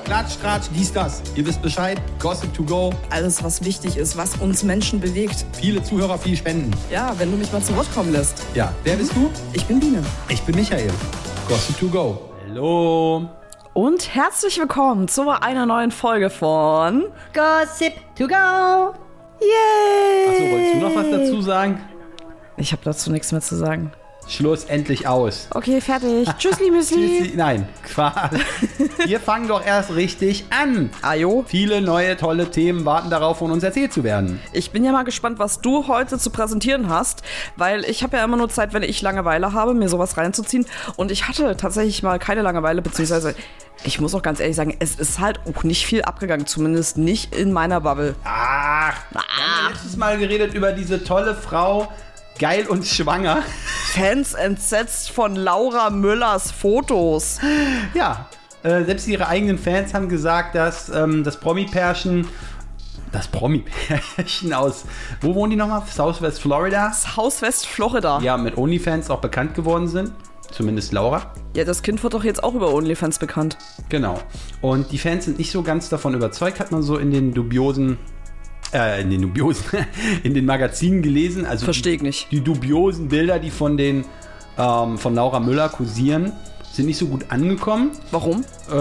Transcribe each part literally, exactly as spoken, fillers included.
Klatsch, Tratsch, dies, das. Ihr wisst Bescheid. Gossip to go. Alles, was wichtig ist, was uns Menschen bewegt. Viele Zuhörer, viel Spenden. Ja, wenn du mich mal zu Wort kommen lässt. Ja, wer bist du? Ich bin Biene. Ich bin Michael. Gossip to go. Hallo. Und herzlich willkommen zu einer neuen Folge von Gossip to go. Yay! Achso, wolltest du noch was dazu sagen? Ich habe dazu nichts mehr zu sagen. Schluss, endlich aus. Okay, fertig. Tschüssli, Müsli. Tschüssi. Nein, Quatsch. Wir fangen doch erst richtig an. Ajo. Viele neue, tolle Themen warten darauf, von uns erzählt zu werden. Ich bin ja mal gespannt, was du heute zu präsentieren hast, weil ich habe ja immer nur Zeit, wenn ich Langeweile habe, mir sowas reinzuziehen. Und ich hatte tatsächlich mal keine Langeweile, beziehungsweise ich muss auch ganz ehrlich sagen, es ist halt auch nicht viel abgegangen, zumindest nicht in meiner Bubble. Ach, wir haben letztes Mal geredet über diese tolle Frau, geil und schwanger. Fans entsetzt von Laura Müllers Fotos. Ja, äh, selbst ihre eigenen Fans haben gesagt, dass ähm, das Promi-Pärchen, das Promi-Pärchen aus, wo wohnen die nochmal? Southwest Florida? Southwest Florida. Ja, mit OnlyFans auch bekannt geworden sind. Zumindest Laura. Ja, das Kind wird doch jetzt auch über OnlyFans bekannt. Genau. Und die Fans sind nicht so ganz davon überzeugt, hat man so in den dubiosen Äh, in den dubiosen, in den Magazinen gelesen. Also Verstehe ich nicht. Die dubiosen Bilder, die von den ähm, von Laura Müller kursieren, sind nicht so gut angekommen. Warum? Äh,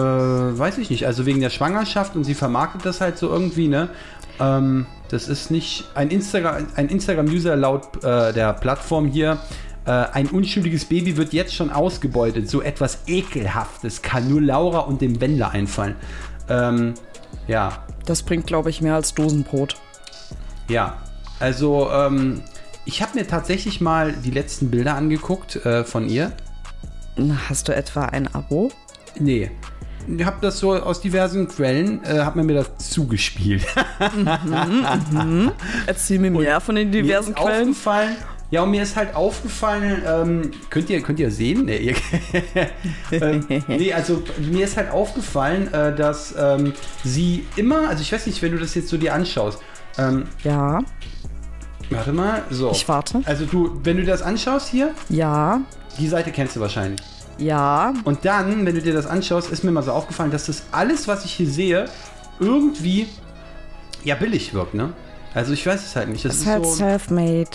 weiß ich nicht. Also wegen der Schwangerschaft und sie vermarktet das halt so irgendwie, ne? Ähm, das ist nicht ein Instagram, ein Instagram-User laut äh, der Plattform hier. Äh, ein unschuldiges Baby wird jetzt schon ausgebeutet. So etwas Ekelhaftes kann nur Laura und dem Wendler einfallen. Ähm, ja. Das bringt, glaube ich, mehr als Dosenbrot. Ja, also ähm, ich habe mir tatsächlich mal die letzten Bilder angeguckt äh, von ihr. Hast du etwa ein Abo? Nee, ich habe das so aus diversen Quellen, äh, habe mir das zugespielt. mhm, mhm. Erzähl mir mehr von den diversen mir ist Quellen. Aufgefallen, ja, und mir ist halt aufgefallen, ähm, könnt ihr könnt ihr sehen? Nee, ihr, ähm, nee, also mir ist halt aufgefallen, äh, dass ähm, sie immer, also ich weiß nicht, wenn du das jetzt so dir anschaust. Ähm, ja. Warte mal, so. Ich warte. Also du, wenn du dir das anschaust hier, ja. Die Seite kennst du wahrscheinlich. Ja. Und dann, wenn du dir das anschaust, ist mir mal so aufgefallen, dass das alles, was ich hier sehe, irgendwie ja billig wirkt, ne? Also ich weiß es halt nicht. Das, das ist halt so self-made.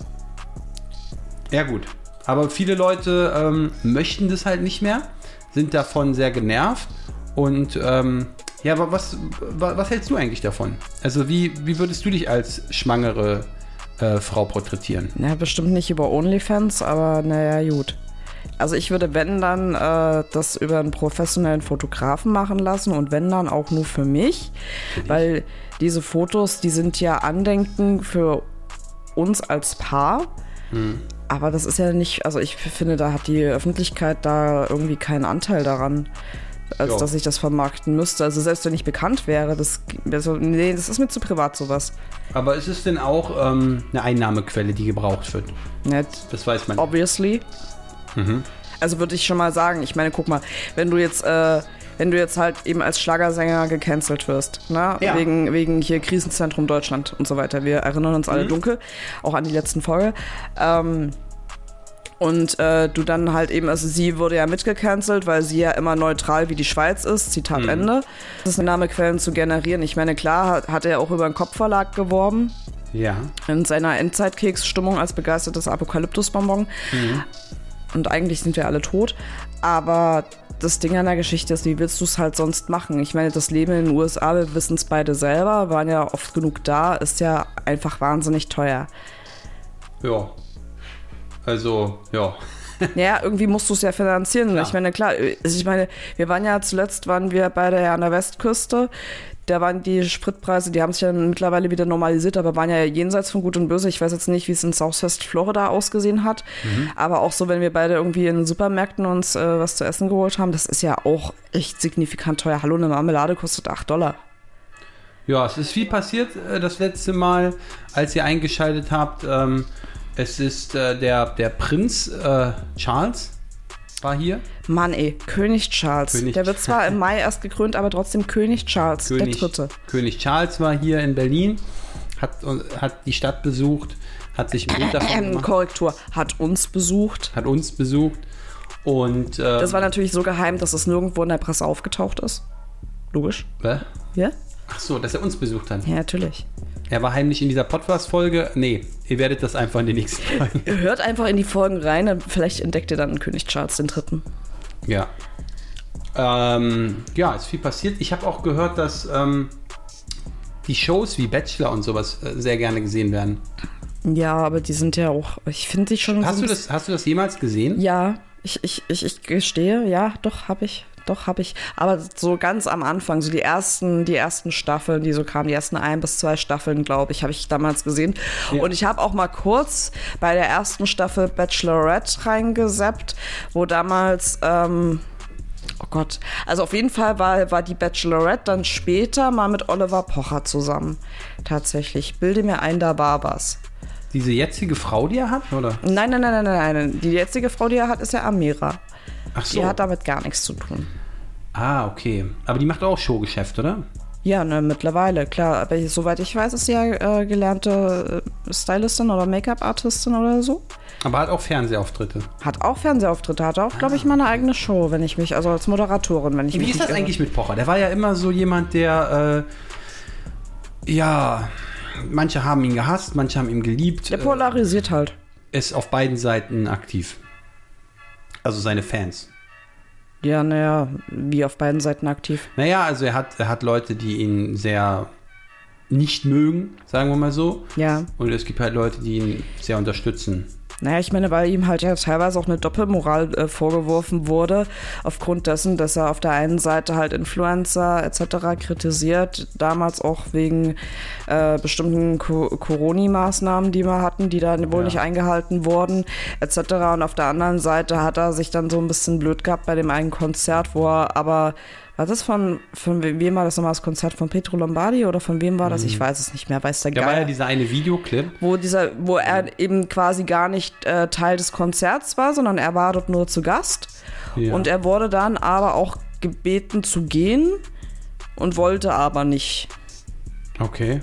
Ja gut, aber viele Leute ähm, möchten das halt nicht mehr, sind davon sehr genervt und ähm, ja, aber was, was, was hältst du eigentlich davon? Also wie, wie würdest du dich als schwangere äh, Frau porträtieren? Ja, bestimmt nicht über OnlyFans, aber naja, gut. Also ich würde, wenn dann, äh, das über einen professionellen Fotografen machen lassen und wenn dann auch nur für mich, für weil diese Fotos, die sind ja Andenken für uns als Paar. Hm. Aber das ist ja nicht, also ich finde, da hat die Öffentlichkeit da irgendwie keinen Anteil daran, als jo. dass ich das vermarkten müsste. Also selbst wenn ich bekannt wäre, das, also, nee, das ist mir zu privat sowas. Aber ist es denn auch ähm, eine Einnahmequelle, die gebraucht wird? Nicht. Das weiß man. Obviously. Mhm. Also würde ich schon mal sagen, ich meine, guck mal, wenn du jetzt, äh, wenn du jetzt halt eben als Schlagersänger gecancelt wirst, ne? Ja. Wegen, wegen hier Krisenzentrum Deutschland und so weiter. Wir erinnern uns alle mhm. dunkel, auch an die letzten Folge. Ähm, und äh, du dann halt eben, also sie wurde ja mitgecancelt, weil sie ja immer neutral wie die Schweiz ist, Zitat mhm. Ende. Das ist Namenquellen zu generieren. Ich meine, klar hat, hat er auch über einen Kopfverlag geworben. Ja. In seiner Endzeitkeksstimmung als begeistertes Apokalyptusbonbon. Mhm. Und eigentlich sind wir alle tot. Aber das Ding an der Geschichte ist, wie willst du es halt sonst machen? Ich meine, das Leben in den U S A, wir wissen es beide selber, waren ja oft genug da, ist ja einfach wahnsinnig teuer. Ja. Also, ja. Ja, irgendwie musst du es ja finanzieren. Ja. Ich meine, klar, ich meine, wir waren ja zuletzt, waren wir beide ja an der Westküste. Da waren die Spritpreise, die haben sich ja mittlerweile wieder normalisiert, aber waren ja jenseits von Gut und Böse. Ich weiß jetzt nicht, wie es in Southwest Florida ausgesehen hat. Mhm. Aber auch so, wenn wir beide irgendwie in den Supermärkten uns äh, was zu essen geholt haben, das ist ja auch echt signifikant teuer. Hallo, eine Marmelade kostet acht Dollar. Ja, es ist viel passiert äh, das letzte Mal, als ihr eingeschaltet habt. Ähm, es ist äh, der, der Prinz äh, Charles war hier. Mann ey, König Charles. König der wird zwar im Mai erst gekrönt, aber trotzdem König Charles, König, der Dritte. König Charles war hier in Berlin, hat, hat die Stadt besucht, hat sich ein Bild davon ähm, gemacht. Korrektur, hat uns besucht. Hat uns besucht. Und, ähm, das war natürlich so geheim, dass es nirgendwo in der Presse aufgetaucht ist. logisch. Hä? Ja? Ach so, dass er uns besucht hat. Ja, natürlich. Er war heimlich in dieser Podcast-Folge. Nee, ihr werdet das einfach in den nächsten Folgen. Hört einfach in die Folgen rein, dann vielleicht entdeckt ihr dann König Charles der Dritte. Ja. Ähm, ja, ist viel passiert. Ich habe auch gehört, dass ähm, die Shows wie Bachelor und sowas äh, sehr gerne gesehen werden. Ja, aber die sind ja auch, ich finde die schon... Hast so du das, hast du das jemals gesehen? Ja, ich, ich, ich, ich gestehe, ja, doch, habe ich. Doch, habe ich. Aber so ganz am Anfang, so die ersten, die ersten Staffeln, die so kamen, die ersten ein bis zwei Staffeln, glaube ich, habe ich damals gesehen. Ja. Und ich habe auch mal kurz bei der ersten Staffel Bachelorette reingesappt, wo damals, ähm, oh Gott, also auf jeden Fall war, war die Bachelorette dann später mal mit Oliver Pocher zusammen. Tatsächlich. Bilde mir ein, da war was. Diese jetzige Frau, die er hat, oder? Nein, nein, nein, nein, nein. Die jetzige Frau, die er hat, ist ja Amira. Ach so. Die hat damit gar nichts zu tun. Ah, okay. Aber die macht auch Showgeschäft, oder? Ja, ne, mittlerweile, klar. Aber soweit ich weiß, ist sie ja äh, gelernte äh, Stylistin oder Make-up-Artistin oder so. Aber hat auch Fernsehauftritte. Hat auch Fernsehauftritte, hat auch, glaube ich, mal eine eigene Show, wenn ich mich, also als Moderatorin, wenn ich Wie mich ist das irre. eigentlich mit Pocher? Der war ja immer so jemand, der, äh, ja, manche haben ihn gehasst, manche haben ihn geliebt. Der polarisiert halt. Ist auf beiden Seiten aktiv. Also seine Fans. Ja, naja, wie auf beiden Seiten aktiv. Naja, also er hat, er hat Leute, die ihn sehr nicht mögen, sagen wir mal so. Ja. Und es gibt halt Leute, die ihn sehr unterstützen. Naja, ich meine, weil ihm halt ja teilweise auch eine Doppelmoral äh, vorgeworfen wurde, aufgrund dessen, dass er auf der einen Seite halt Influencer et cetera kritisiert, damals auch wegen äh, bestimmten Co- Corona-Maßnahmen, die wir hatten, die dann wohl Ja. nicht eingehalten wurden, et cetera. Und auf der anderen Seite hat er sich dann so ein bisschen blöd gehabt bei dem einen Konzert, wo er aber... War das von, von wem war das nochmal, das Konzert von Pietro Lombardi oder von wem war das? Ich weiß es nicht mehr, weiß der Da war Geier. ja dieser eine Videoclip. Wo dieser, wo er eben quasi gar nicht äh, Teil des Konzerts war, sondern er war dort nur zu Gast. Ja. Und er wurde dann aber auch gebeten zu gehen und wollte aber nicht. Okay.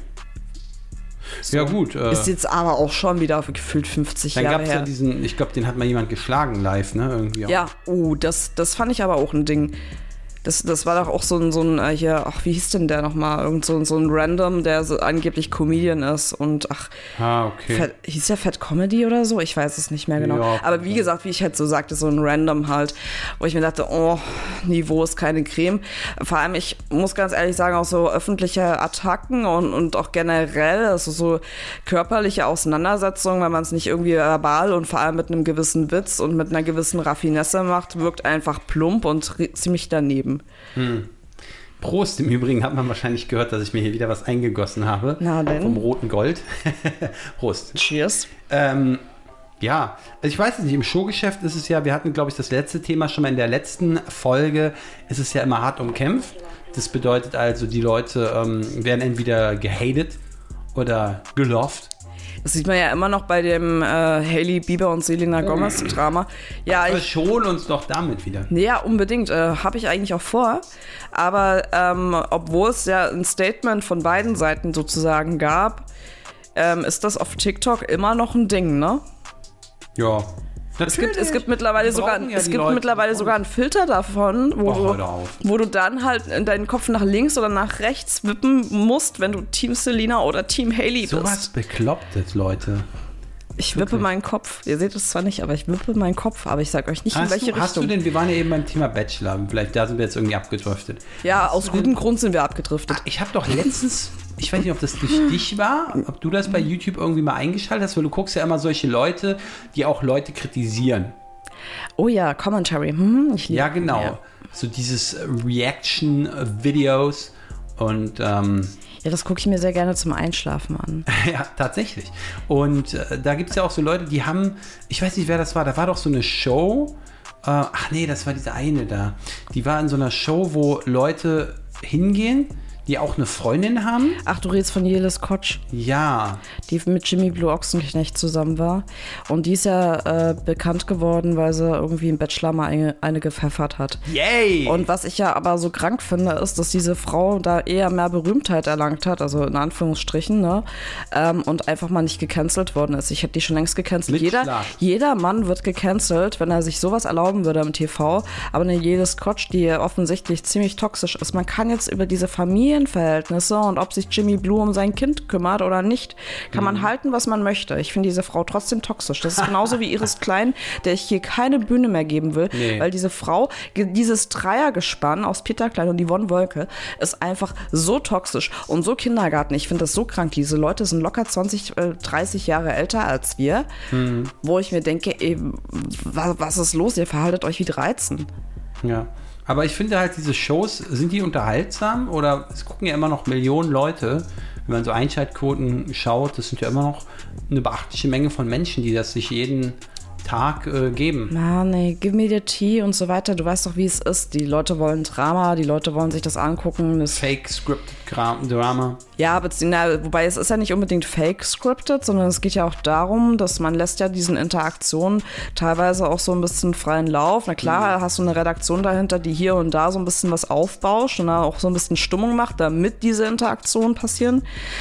So. Ja gut. Äh, Ist jetzt aber auch schon wieder gefühlt fünfzig dann Jahre gab es her. ja diesen, ich glaube, den hat mal jemand geschlagen live, ne? Irgendwie auch. Ja, uh, das, das fand ich aber auch ein Ding. Das, das war doch auch so ein, so ein äh, hier, ach, wie hieß denn der nochmal? Irgend so, so ein Random, der so angeblich Comedian ist und ach, Ah, okay. Fat, hieß der Fat Comedy oder so? Ich weiß es nicht mehr genau. Ja, aber wie ja. gesagt, wie ich halt so sagte, so ein Random halt, wo ich mir dachte, oh, Niveau ist keine Creme. Vor allem, ich muss ganz ehrlich sagen, auch so öffentliche Attacken und, und auch generell, also so körperliche Auseinandersetzungen, wenn man es nicht irgendwie verbal und vor allem mit einem gewissen Witz und mit einer gewissen Raffinesse macht, wirkt einfach plump und ri- ziemlich daneben. Hm. Prost, im Übrigen hat man wahrscheinlich gehört, dass ich mir hier wieder was eingegossen habe. Na denn? Vom roten Gold. Prost. Cheers. Ähm, ja, also ich weiß es nicht, im Showgeschäft ist es ja, wir hatten, glaube ich, das letzte Thema schon mal in der letzten Folge, ist es ja immer hart umkämpft. Das bedeutet also, die Leute ähm, werden entweder gehatet oder geloved. Das sieht man ja immer noch bei dem äh, Hailey Bieber und Selena Gomez Drama. Ja, ich, Verschon uns doch damit wieder. ja, unbedingt. Äh, Habe ich eigentlich auch vor. Aber ähm, obwohl es ja ein Statement von beiden Seiten sozusagen gab, ähm, ist das auf TikTok immer noch ein Ding, ne? Ja. Es gibt, es gibt mittlerweile Die sogar, brauchen ja es die gibt Leute, mittlerweile die sogar einen Filter davon, wo, Oh, hör doch du, auf. wo du dann halt deinen Kopf nach links oder nach rechts wippen musst, wenn du Team Selena oder Team Hailey So was bist. Beklopptes, Leute. Ich wippe meinen Kopf. Ihr seht es zwar nicht, aber ich wippe meinen Kopf. Aber ich sag euch nicht, in Hast welche du, Richtung. hast du denn, wir waren ja eben beim Thema Bachelor, vielleicht da sind wir jetzt irgendwie abgedriftet. Ja, aus gutem Grund sind wir abgedriftet. Ah, ich habe doch letztens, ich weiß nicht, ob das durch dich war, ob du das bei YouTube irgendwie mal eingeschaltet hast, weil du guckst ja immer solche Leute, die auch Leute kritisieren. Oh ja, Commentary. Hm, ich lieb- Ja, genau. Ja. So dieses Reaction-Videos und ähm, ja, das gucke ich mir sehr gerne zum Einschlafen an. ja, tatsächlich. Und äh, da gibt es ja auch so Leute, die haben, ich weiß nicht, wer das war, da war doch so eine Show, äh, ach nee, das war diese eine da, die war in so einer Show, wo Leute hingehen, die auch eine Freundin haben. Ach, du redest von Jelis Kotsch. Ja. Die mit Jimmy Blue Ochsenknecht zusammen war. Und die ist ja äh, bekannt geworden, weil sie irgendwie im Bachelor mal eine, eine gepfeffert hat. Yay! Und was ich ja aber so krank finde, ist, dass diese Frau da eher mehr Berühmtheit erlangt hat, also in Anführungsstrichen, ne? Ähm, und einfach mal nicht gecancelt worden ist. Ich hätte die schon längst gecancelt. Jeder, jeder Mann wird gecancelt, wenn er sich sowas erlauben würde im T V. Aber eine Jelis Kotsch, die offensichtlich ziemlich toxisch ist. Man kann jetzt über diese Familienverhältnisse und ob sich Jimmy Blue um sein Kind kümmert oder nicht, kann man halten, was man möchte. Ich finde diese Frau trotzdem toxisch. Das ist genauso wie Iris Klein, der ich hier keine Bühne mehr geben will, nee. Weil diese Frau, dieses Dreiergespann aus Peter Klein und Yvonne Wolke ist einfach so toxisch und so Kindergarten. Ich finde das so krank. Diese Leute sind locker zwanzig, dreißig Jahre älter als wir, mhm. wo ich mir denke, ey, was, was ist los? Ihr verhaltet euch wie dreizehn. Ja. Aber ich finde halt, diese Shows, sind die unterhaltsam oder es gucken ja immer noch Millionen Leute, wenn man so Einschaltquoten schaut, das sind ja immer noch eine beachtliche Menge von Menschen, die das sich jeden Tag äh, geben. Na, nee, give me the tea und so weiter. Du weißt doch, wie es ist. Die Leute wollen Drama, die Leute wollen sich das angucken. Das Fake-scripted Drama. Ja, aber, na, wobei es ist ja nicht unbedingt fake-scripted, sondern es geht ja auch darum, dass man lässt ja diesen Interaktionen teilweise auch so ein bisschen freien Lauf. Na klar, mhm. hast du eine Redaktion dahinter, die hier und da so ein bisschen was aufbauscht und auch so ein bisschen Stimmung macht, damit diese Interaktionen passieren.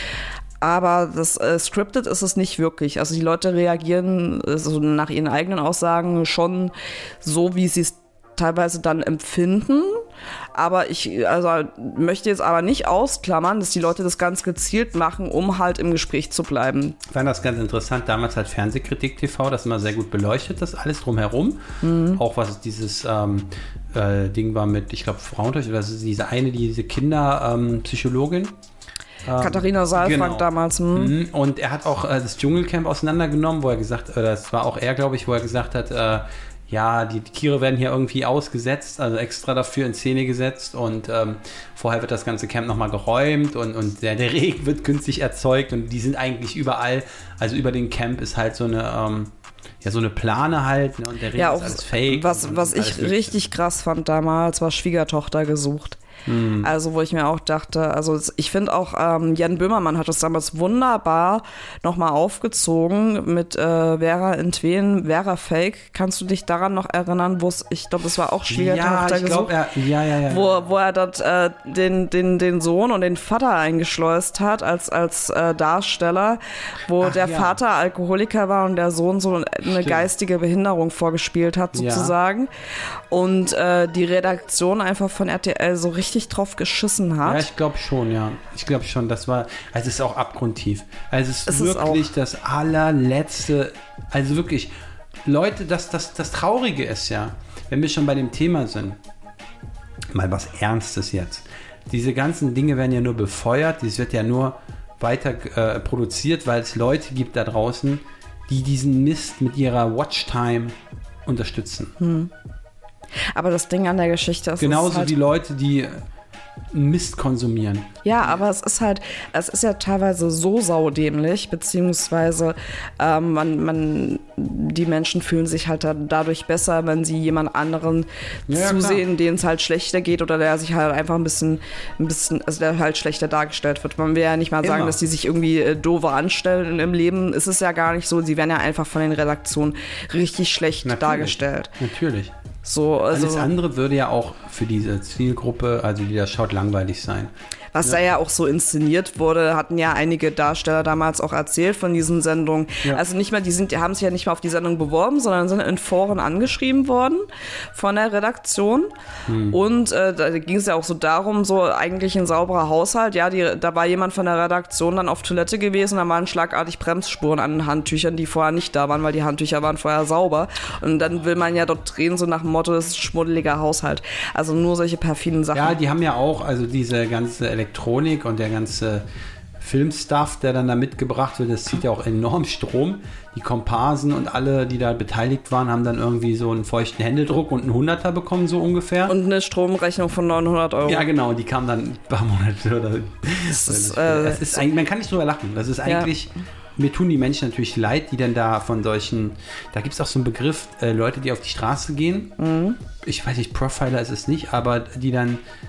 Aber das äh, scripted ist es nicht wirklich. Also die Leute reagieren also nach ihren eigenen Aussagen schon so, wie sie es teilweise dann empfinden. Aber ich also möchte jetzt aber nicht ausklammern, dass die Leute das ganz gezielt machen, um halt im Gespräch zu bleiben. Ich fand das ganz interessant. Damals hat Fernsehkritik T V das immer sehr gut beleuchtet, das alles drumherum. Mhm. Auch was dieses ähm, äh, Ding war mit, ich glaube, Frauenrecht, oder diese eine, diese Kinderpsychologin. Ähm, Katharina Saalfrank genau. damals. Hm. Und er hat auch äh, das Dschungelcamp auseinandergenommen, wo er gesagt, äh, das war auch er, glaube ich, wo er gesagt hat, äh, ja, die Tiere werden hier irgendwie ausgesetzt, also extra dafür in Szene gesetzt und ähm, vorher wird das ganze Camp nochmal geräumt und, und der, der Regen wird künstlich erzeugt und die sind eigentlich überall, also über den Camp ist halt so eine, ähm, ja, so eine Plane halt ne, und der Regen ja, ist alles fake. Was, und, was und ich richtig krass fand damals, war Schwiegertochter gesucht. Hm. Also wo ich mir auch dachte, also ich finde auch, ähm, Jan Böhmermann hat das damals wunderbar nochmal aufgezogen mit äh, Vera in Tween, Vera Fake. Kannst du dich daran noch erinnern, wo es, ich glaube, es war auch Schwiegertochter ja, ich glaub, er, ja, ja, ja, wo, wo er dort äh, den, den, den Sohn und den Vater eingeschleust hat als, als äh, Darsteller, wo Ach, der ja. Vater Alkoholiker war und der Sohn so eine Stimmt. geistige Behinderung vorgespielt hat sozusagen. Ja. Und äh, die Redaktion einfach von R T L so richtig drauf geschissen hat. Ja, ich glaube schon, ja. Ich glaube schon, das war, also es ist auch abgrundtief. Also es ist es wirklich ist das allerletzte, also wirklich, Leute, das, das, das Traurige ist ja, wenn wir schon bei dem Thema sind, mal was Ernstes jetzt. Diese ganzen Dinge werden ja nur befeuert, dies wird ja nur weiter äh, produziert, weil es Leute gibt da draußen, die diesen Mist mit ihrer Watchtime unterstützen. Hm. Aber das Ding an der Geschichte ist... Genauso halt die Leute, die Mist konsumieren. Ja, aber es ist halt, es ist ja teilweise so saudämlich, beziehungsweise ähm, man, man, die Menschen fühlen sich halt dadurch besser, wenn sie jemand anderen ja, zusehen, denen es halt schlechter geht oder der sich halt einfach ein bisschen, ein bisschen, also der halt schlechter dargestellt wird. Man will ja nicht mal sagen, Immer. dass die sich irgendwie äh, doofer anstellen im Leben. Es ist ja gar nicht so, sie werden ja einfach von den Redaktionen richtig schlecht Natürlich. dargestellt. Natürlich. So, also alles andere würde ja auch für diese Zielgruppe, also die das schaut, langweilig sein. Was ja. da ja auch so inszeniert wurde, hatten ja einige Darsteller damals auch erzählt von diesen Sendungen. Ja. Also nicht mal, die sind, die haben sich ja nicht mal auf die Sendung beworben, sondern sind in Foren angeschrieben worden von der Redaktion. Hm. Und äh, da ging es ja auch so darum, so eigentlich ein sauberer Haushalt. Ja, die, da war jemand von der Redaktion dann auf Toilette gewesen, da waren schlagartig Bremsspuren an den Handtüchern, die vorher nicht da waren, weil die Handtücher waren vorher sauber. Und dann will man ja dort drehen, so nach dem Motto, das ist ein schmuddeliger Haushalt. Also nur solche perfiden Sachen. Ja, die haben ja auch, also diese ganze Elektronik und der ganze Filmstuff, der dann da mitgebracht wird, das zieht ja auch enorm Strom. Die Komparsen und alle, die da beteiligt waren, haben dann irgendwie so einen feuchten Händedruck und einen Hunderter bekommen, so ungefähr. Und eine Stromrechnung von neunhundert Euro. Ja, genau, die kam dann ein paar Monate. Oder das ist, äh, das ist eigentlich, man kann nicht drüber lachen. Das ist eigentlich... Ja. Mir tun die Menschen natürlich leid, die dann da von solchen, da gibt es auch so einen Begriff, äh, Leute, die auf die Straße gehen. Mhm. Ich weiß nicht, Profiler ist es nicht, aber die dann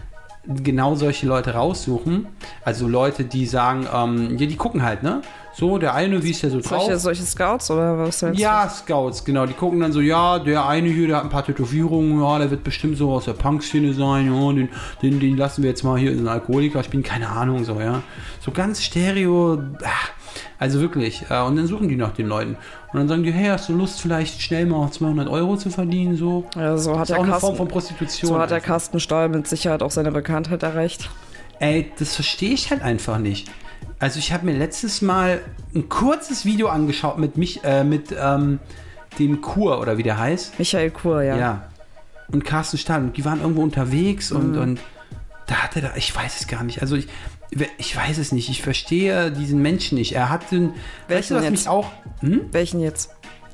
genau solche Leute raussuchen. Also Leute, die sagen, ähm, ja, die gucken halt, ne? So, der eine, wie ist der so drauf? Solche, solche Scouts oder was meinst Ja, Scouts, genau. Die gucken dann so, ja, der eine hier, der hat ein paar Tätowierungen, ja, der wird bestimmt so aus der Punk-Szene sein, ja, den, den, den lassen wir jetzt mal hier in einen Alkoholiker spielen, keine Ahnung, so, ja. So ganz Stereo, ach, also wirklich. Äh, und dann suchen die nach den Leuten. Und dann sagen die, hey, hast du Lust, vielleicht schnell mal zweihundert Euro zu verdienen, so? Ja, so hat das ist der auch eine Carsten, Form von Prostitution. So hat der einfach. Carsten Stahl mit Sicherheit auch seine Bekanntheit erreicht. Ey, das verstehe ich halt einfach nicht. Also ich habe mir letztes Mal ein kurzes Video angeschaut mit mich, äh, mit ähm, dem Kur oder wie der heißt. Michael Kur, ja. Ja. Und Carsten Stahl. Und die waren irgendwo unterwegs und, Mhm. und da hatte er, ich weiß es gar nicht. Also ich, ich weiß es nicht. Ich verstehe diesen Menschen nicht. Er hat den, weißt du, was jetzt? mich auch, hm? Welchen jetzt?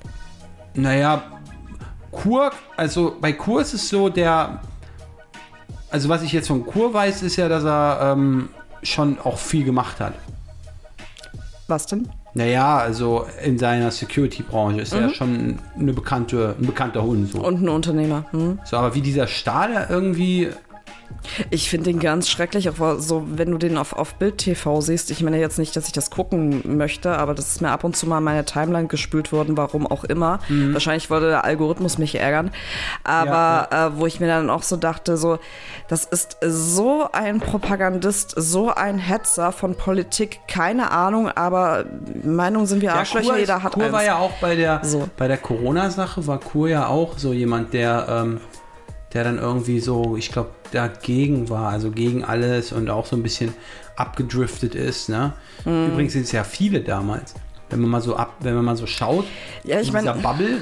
Naja, Kur, also bei Kur ist es so, der, also was ich jetzt von Kur weiß, ist ja, dass er ähm, schon auch viel gemacht hat. Was denn? Naja, also in seiner Security-Branche ist er Mhm. schon eine bekannte, ein bekannter Hund. So. Und ein Unternehmer. Hm? so, aber wie dieser Stahl da irgendwie, Ich finde den ganz schrecklich, auch so, wenn du den auf, auf Bild T V siehst. Ich meine jetzt nicht, dass ich das gucken möchte, aber das ist mir ab und zu mal in meine Timeline gespült worden, warum auch immer. Mhm. Wahrscheinlich wollte der Algorithmus mich ärgern. Aber Ja, Äh, wo ich mir dann auch so dachte, so, das ist so ein Propagandist, so ein Hetzer von Politik, keine Ahnung, aber Meinung sind wir Arschlöcher, Kur, jeder ist, hat Kur eins. war ja auch bei der, So. bei der Corona-Sache, war Kur ja auch so jemand, der, ähm, der dann irgendwie so, ich glaube, dagegen war, also gegen alles und auch so ein bisschen abgedriftet ist. Ne? Mhm. Übrigens sind es ja viele damals. Wenn man mal so ab, wenn man mal so schaut, Ja, ich in meine, dieser Bubble,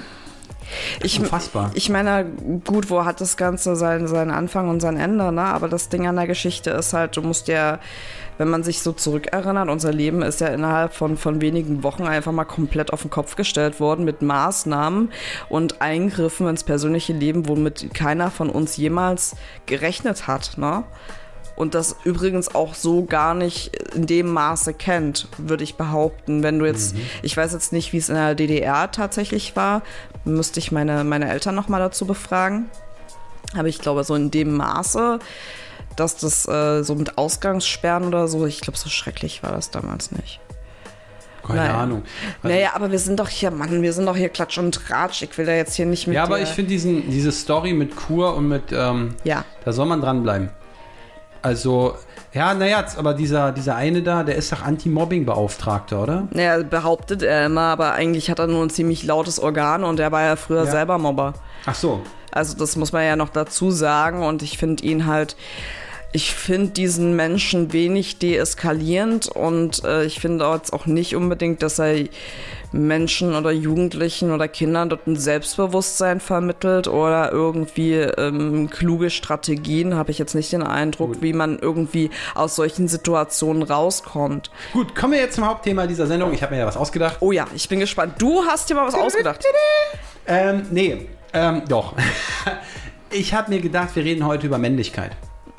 ich, unfassbar. Ich meine, gut, wo hat das Ganze seinen, seinen Anfang und sein Ende, ne? Aber das Ding an der Geschichte ist halt, du musst ja, wenn man sich so zurückerinnert, unser Leben ist ja innerhalb von, von wenigen Wochen einfach mal komplett auf den Kopf gestellt worden mit Maßnahmen und Eingriffen ins persönliche Leben, womit keiner von uns jemals gerechnet hat, ne? Und das übrigens auch so gar nicht in dem Maße kennt, würde ich behaupten. Wenn du jetzt, mhm. ich weiß jetzt nicht, wie es in der D D R tatsächlich war, müsste ich meine, meine Eltern nochmal dazu befragen. Aber ich glaube, so in dem Maße, dass das äh, so mit Ausgangssperren oder so, ich glaube, so schrecklich war das damals nicht. Keine naja. Ahnung. Also, naja, aber wir sind doch hier, Mann, wir sind doch hier Klatsch und Tratsch. Ich will da jetzt hier nicht mit ja, aber dir- ich finde diesen diese Story mit Kur und mit, ähm, Ja. da soll man dranbleiben. Also, ja, naja, aber dieser, dieser eine da, der ist doch Anti-Mobbing-Beauftragter, oder? Naja, behauptet er immer, aber eigentlich hat er nur ein ziemlich lautes Organ und er war ja früher Ja. selber Mobber. Ach so. Also das muss man ja noch dazu sagen und ich finde ihn halt, ich finde diesen Menschen wenig deeskalierend und äh, ich finde jetzt auch nicht unbedingt, dass er Menschen oder Jugendlichen oder Kindern dort ein Selbstbewusstsein vermittelt oder irgendwie ähm, kluge Strategien, habe ich jetzt nicht den Eindruck, Gut. wie man irgendwie aus solchen Situationen rauskommt. Gut, kommen wir jetzt zum Hauptthema dieser Sendung. Ich habe mir ja was ausgedacht. Oh ja, ich bin gespannt. Du hast dir mal was ausgedacht. Ähm, nee, ähm, doch. Ich habe mir gedacht, wir reden heute über Männlichkeit.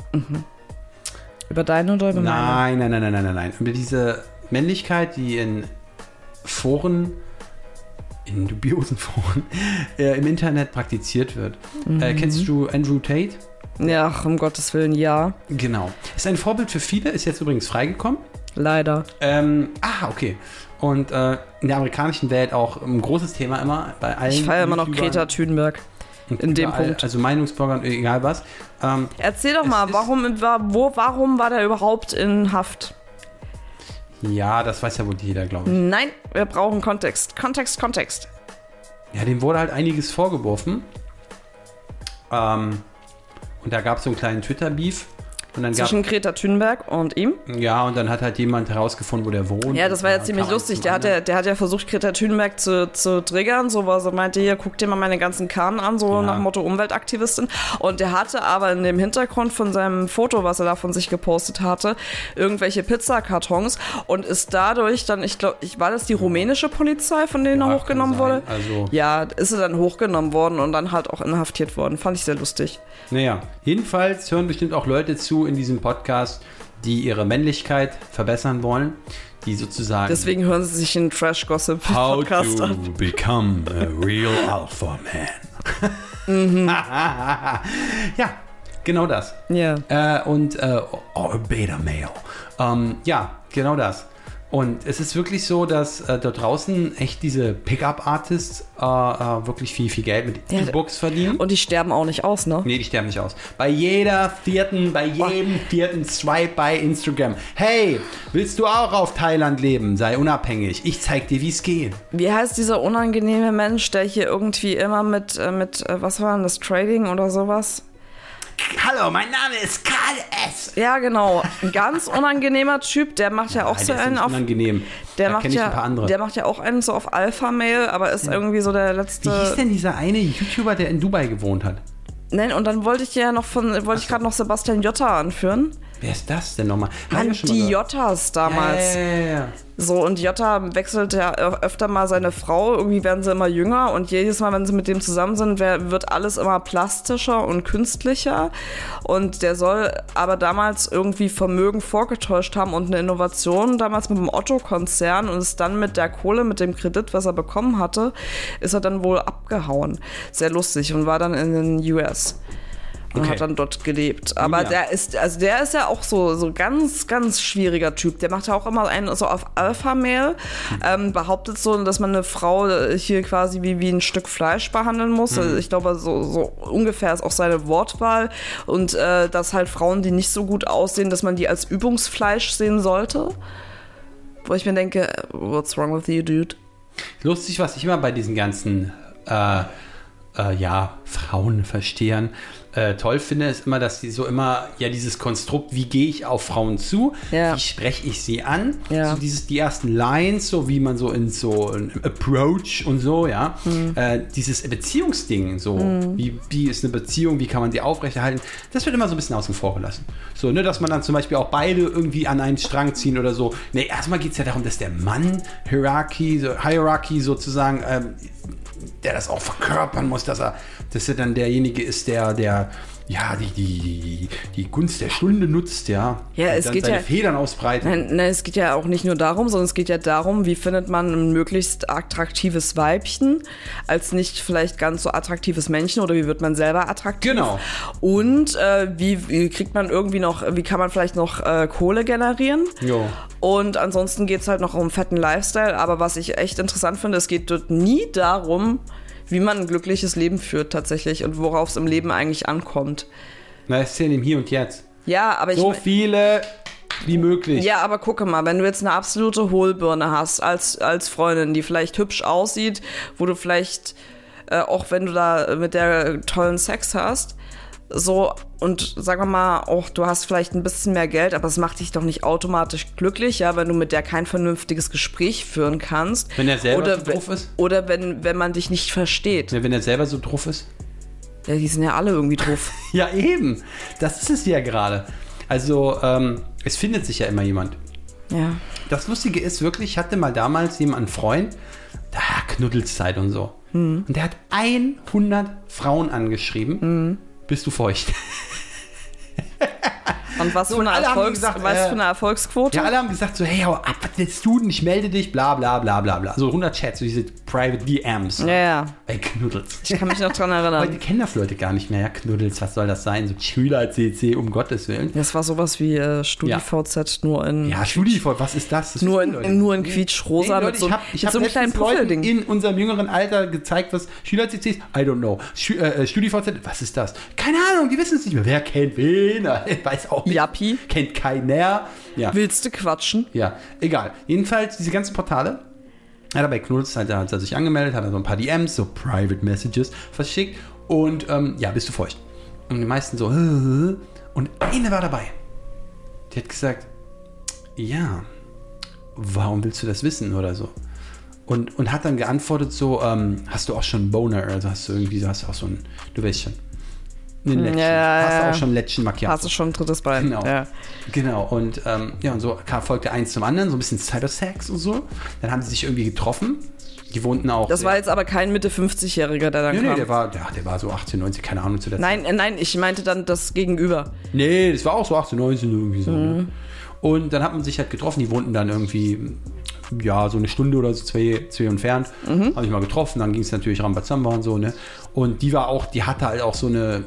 Über deine oder über meine? Nein, nein, nein, nein, nein, nein, nein. Über diese Männlichkeit, die in Foren, in dubiosen Foren, äh, im Internet praktiziert wird. Mhm. Äh, kennst du Andrew Tate? Ja, ach, um Gottes Willen, ja. Genau. Ist ein Vorbild für viele, ist jetzt übrigens freigekommen. Leider. Ähm, ah, okay. Und äh, in der amerikanischen Welt auch ein großes Thema immer bei allen. Ich feiere immer noch YouTubern Greta Thunberg. und in dem überall, Punkt. Also Meinungsbürgern, egal was. Ähm, Erzähl doch Es mal, ist- warum war, wo, warum war der überhaupt in Haft? ja, das weiß ja wohl jeder, glaube ich. Nein, wir brauchen Kontext. Kontext, Kontext. Ja, dem wurde halt einiges vorgeworfen. Ähm, und da gab es so einen kleinen Twitter-Beef. Und dann gab Zwischen Greta Thunberg und ihm. ja, und dann hat halt jemand herausgefunden, wo der wohnt. Ja, das war ja Und ziemlich kam lustig. zum Der hat, ja, anderen. der hat ja versucht, Greta Thunberg zu, zu triggern. So was er meinte, hier, guck dir mal meine ganzen Karten an, so Ja. nach Motto Umweltaktivistin. Und der hatte aber in dem Hintergrund von seinem Foto, was er da von sich gepostet hatte, irgendwelche Pizzakartons und ist dadurch dann, ich glaube, ich, war das die rumänische Polizei, von denen Ja, er hochgenommen kann wurde? sein. Also, Ja, ist er dann hochgenommen worden und dann halt auch inhaftiert worden. Fand ich sehr lustig. naja, jedenfalls hören bestimmt auch Leute zu in diesem Podcast, die ihre Männlichkeit verbessern wollen, die sozusagen Deswegen hören sie sich den Trash-Gossip-Podcast an. become a real Alpha Man. Mhm. Ja, Genau das. Ja. Äh, und äh, oh, Beta Male. Ähm, ja, genau das. Und es ist wirklich so, dass äh, da draußen echt diese Pickup-Artists äh, äh, wirklich viel, viel Geld mit Ja, E-Books verdienen. Und die sterben auch nicht aus, ne? Nee, die sterben nicht aus. Bei jeder vierten, bei jedem vierten Swipe bei Instagram. Hey, willst du auch auf Thailand leben? Sei unabhängig. Ich zeig dir, wie es geht. Wie heißt dieser unangenehme Mensch, der hier irgendwie immer mit, äh, mit äh, was war denn das, Trading oder sowas? Hallo, mein Name ist Karl S. Ja, genau. Ein ganz unangenehmer Typ, der macht ja auch Nein, so der ist einen nicht auf. unangenehm. Der da macht kenn ich ja, ein paar andere. der macht ja auch einen so auf Alpha-Mail, aber ist irgendwie so der letzte. Wie hieß denn dieser eine YouTuber, der in Dubai gewohnt hat? Nein, und dann wollte ich ja noch von, wollte ich gerade noch Sebastian Jotta anführen. Wer ist das denn nochmal? Hab ich Mann, ja schon mal die gehört. Jottas damals. Ja, ja, ja, ja. So, und Jotta wechselt ja öfter mal seine Frau, irgendwie werden sie immer jünger und jedes Mal, wenn sie mit dem zusammen sind, wird alles immer plastischer und künstlicher und der soll aber damals irgendwie Vermögen vorgetäuscht haben und eine Innovation, damals mit dem Otto-Konzern und ist dann mit der Kohle, mit dem Kredit, was er bekommen hatte, ist er dann wohl abgehauen. Sehr lustig und war dann in den U S. Und Okay. hat dann dort gelebt. Aber Ja. der ist, also der ist ja auch so, so ganz, ganz schwieriger Typ. Der macht ja auch immer einen so auf Alpha-Mail, ähm, behauptet so, dass man eine Frau hier quasi wie, wie ein Stück Fleisch behandeln muss. Mhm. Also ich glaube, so, so ungefähr ist auch seine Wortwahl. Und äh, dass halt Frauen, die nicht so gut aussehen, dass man die als Übungsfleisch sehen sollte. Wo ich mir denke, what's wrong with you, dude? Lustig, was ich immer bei diesen ganzen äh, äh, ja, Frauenverstehern äh, toll finde, ist immer, dass die so immer, ja, dieses Konstrukt, wie gehe ich auf Frauen zu, Ja. wie spreche ich sie an, Ja. so dieses, die ersten Lines, so wie man so in so ein Approach und so, ja, Mhm. äh, dieses Beziehungsding, so, wie, wie ist eine Beziehung, wie kann man sie aufrechterhalten, das wird immer so ein bisschen außen vor gelassen. So, ne, dass man dann zum Beispiel auch beide irgendwie an einen Strang ziehen oder so. Ne, erstmal geht es ja darum, dass der Mann Hierarchy, so, Hierarchy sozusagen, ähm, der das auch verkörpern muss, dass er, dass er dann derjenige ist, der, der ja, die, die, die, die Gunst der Stunde nutzt, ja. Ja, und es dann geht seine ja- Federn ausbreitet. Nein, nein, es geht ja auch nicht nur darum, sondern es geht ja darum, wie findet man ein möglichst attraktives Weibchen als nicht vielleicht ganz so attraktives Männchen oder wie wird man selber attraktiv. Genau. Und äh, wie, wie kriegt man irgendwie noch, wie kann man vielleicht noch äh, Kohle generieren? Jo. Und ansonsten geht es halt noch um fetten Lifestyle. Aber was ich echt interessant finde, es geht dort nie darum, wie man ein glückliches Leben führt tatsächlich und worauf es im Leben eigentlich ankommt. Na, es ist ja im Hier und Jetzt. Ja, aber ich So mein- viele wie möglich. Ja, aber gucke mal, wenn du jetzt eine absolute Hohlbirne hast als, als Freundin, die vielleicht hübsch aussieht, wo du vielleicht, äh, auch wenn du da mit der tollen Sex hast, so, und sagen wir mal, auch du hast vielleicht ein bisschen mehr Geld, aber es macht dich doch nicht automatisch glücklich, ja, wenn du mit der kein vernünftiges Gespräch führen kannst. Wenn er selber oder, so drauf ist? Oder wenn, wenn man dich nicht versteht. Ja, wenn er selber so drauf ist. Ja, die sind ja alle irgendwie drauf. Ja, eben. Das ist es ja gerade. Also, ähm, es findet sich ja immer jemand. Ja. Das Lustige ist wirklich, ich hatte mal damals jemanden, einen Freund, da Knuddelszeit und so. Hm. Und der hat hundert Frauen angeschrieben. Hm. Bist du feucht? Und was, So, für, und eine alle haben Erfolgs gesagt, was äh, für eine Erfolgsquote? Ja, alle haben gesagt so, hey, hau ab, was willst du denn? Ich melde dich, bla bla bla bla bla. So hundert Chats, so diese Private D Ms. Ja, ja. Bei Knuddels. Ich kann mich noch dran erinnern. Heute kennen das Leute gar nicht mehr. Ja, Knuddels, was soll das sein? So Schüler-C C, um Gottes Willen. Das war sowas wie äh, StudiVZ, nur in, Ja, StudiVZ, was ist das? das nur wissen in, Leute in, nur in nicht. quietschrosa Hey, Leute, mit so, ich habe mit hab so einem kleinen letztens Leuten Puffelding. in unserem jüngeren Alter gezeigt, was Schüler-C C ist. I don't know. Schü äh, StudiVZ, was ist das? Keine Ahnung, die wissen es nicht mehr. Wer kennt wen? Ich weiß auch nicht. Yappi. Kennt keiner. Ja. Willst du quatschen? Ja, egal. Jedenfalls, diese ganzen Portale, hat er bei Knuddels, halt, hat er sich angemeldet, hat er so ein paar D Ms, so Private Messages verschickt und ähm, ja, bist du feucht. Und die meisten so, Hö? Und eine war dabei. Die hat gesagt, ja, warum willst du das wissen oder so? Und, und hat dann geantwortet so, ähm, hast du auch schon einen Boner, also hast du irgendwie, hast du auch so ein, du weißt schon, ein Lätzchen. Ja, hast du ja. auch schon ein Lätzchen Macchiato. Hast du schon ein drittes Bein? Genau. Ja. Genau, und ähm, ja, und so kam, folgte eins zum anderen, so ein bisschen Cybersex und so. Dann haben sie sich irgendwie getroffen. Die wohnten auch. Das war jetzt aber kein Mitte fünfzig-Jähriger, der dann Nee, nee, kam. der war, ja, der war so achtzehn, neunzehn, keine Ahnung zu der nein, äh, nein, ich meinte dann das Gegenüber. Nee, das war auch so achtzehn, neunzehn irgendwie so. Mhm. Ne? Und dann hat man sich halt getroffen, die wohnten dann irgendwie, ja, so eine Stunde oder so, zwei, zwei entfernt. Mhm. Habe ich mal getroffen, dann ging es natürlich Rambazamba und so, ne? Und die war auch, die hatte halt auch so eine,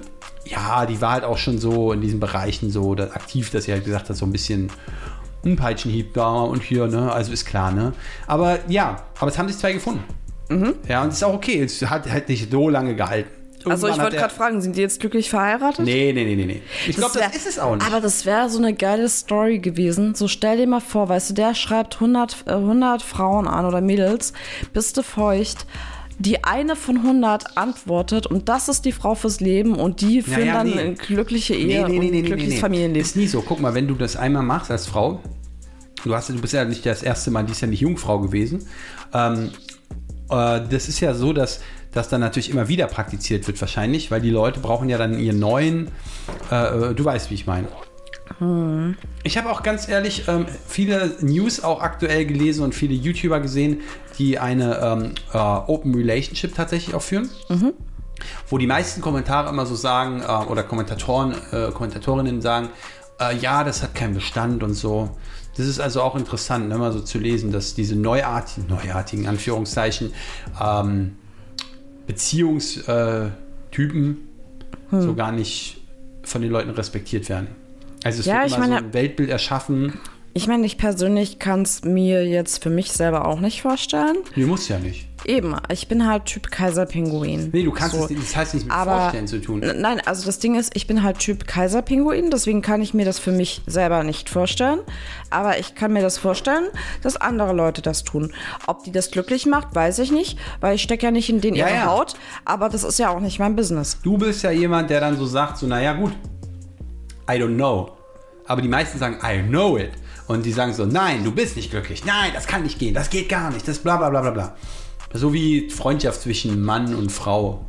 ja, die war halt auch schon so in diesen Bereichen so da, aktiv, dass sie halt gesagt hat, so ein bisschen ein Peitschenhieb da und hier, ne? Also ist klar, ne? Aber ja, aber es haben sich zwei gefunden. Mhm. Ja, und es ist auch okay. Es hat halt nicht so lange gehalten. Also ich wollte gerade fragen, sind die jetzt glücklich verheiratet? Nee, nee, nee, nee, nee. Ich glaube, das ist es auch nicht. Aber das wäre so eine geile Story gewesen. So stell dir mal vor, weißt du, der schreibt hundert, äh, hundert Frauen an oder Mädels, bist du feucht? Die eine von hundert antwortet und das ist die Frau fürs Leben und die führen naja, dann nee. eine glückliche Ehe nee, nee, nee, und ein nee, glückliches nee, nee. Familienleben. Ist nie so. Guck mal, wenn du das einmal machst als Frau, du, hast, du bist ja nicht das erste Mal, die ist ja nicht Jungfrau gewesen. Ähm, äh, das ist ja so, dass das dann natürlich immer wieder praktiziert wird wahrscheinlich, weil die Leute brauchen ja dann ihren neuen, äh, du weißt, wie ich meine. Hm. Ich habe auch ganz ehrlich ähm, viele News auch aktuell gelesen und viele YouTuber gesehen, die eine ähm, äh, Open Relationship tatsächlich auch führen. Mhm. Wo die meisten Kommentare immer so sagen, äh, oder Kommentatoren, äh, Kommentatorinnen sagen, äh, ja, das hat keinen Bestand und so. Das ist also auch interessant, ne, mal so zu lesen, dass diese neuartigen, neuartigen Anführungszeichen, ähm, Beziehungstypen hm. so gar nicht von den Leuten respektiert werden. Also es ja, wird ich immer meine, so ein Weltbild erschaffen. Ich meine, ich persönlich kann es mir jetzt für mich selber auch nicht vorstellen. Nee, musst ja nicht. Eben, ich bin halt Typ Kaiserpinguin. Nee, du kannst so. es, das heißt nicht mit Aber, Vorstellen zu tun. N- nein, also das Ding ist, ich bin halt Typ Kaiserpinguin, deswegen kann ich mir das für mich selber nicht vorstellen. Aber ich kann mir das vorstellen, dass andere Leute das tun. Ob die das glücklich macht, weiß ich nicht, weil ich stecke ja nicht in den Ja, ihre ja. Haut. Aber das ist ja auch nicht mein Business. Du bist ja jemand, der dann so sagt, so, naja gut, I don't know. Aber die meisten sagen, I know it. Und die sagen so, nein, du bist nicht glücklich. Nein, das kann nicht gehen, das geht gar nicht. Das bla bla bla bla bla. So wie Freundschaft zwischen Mann und Frau.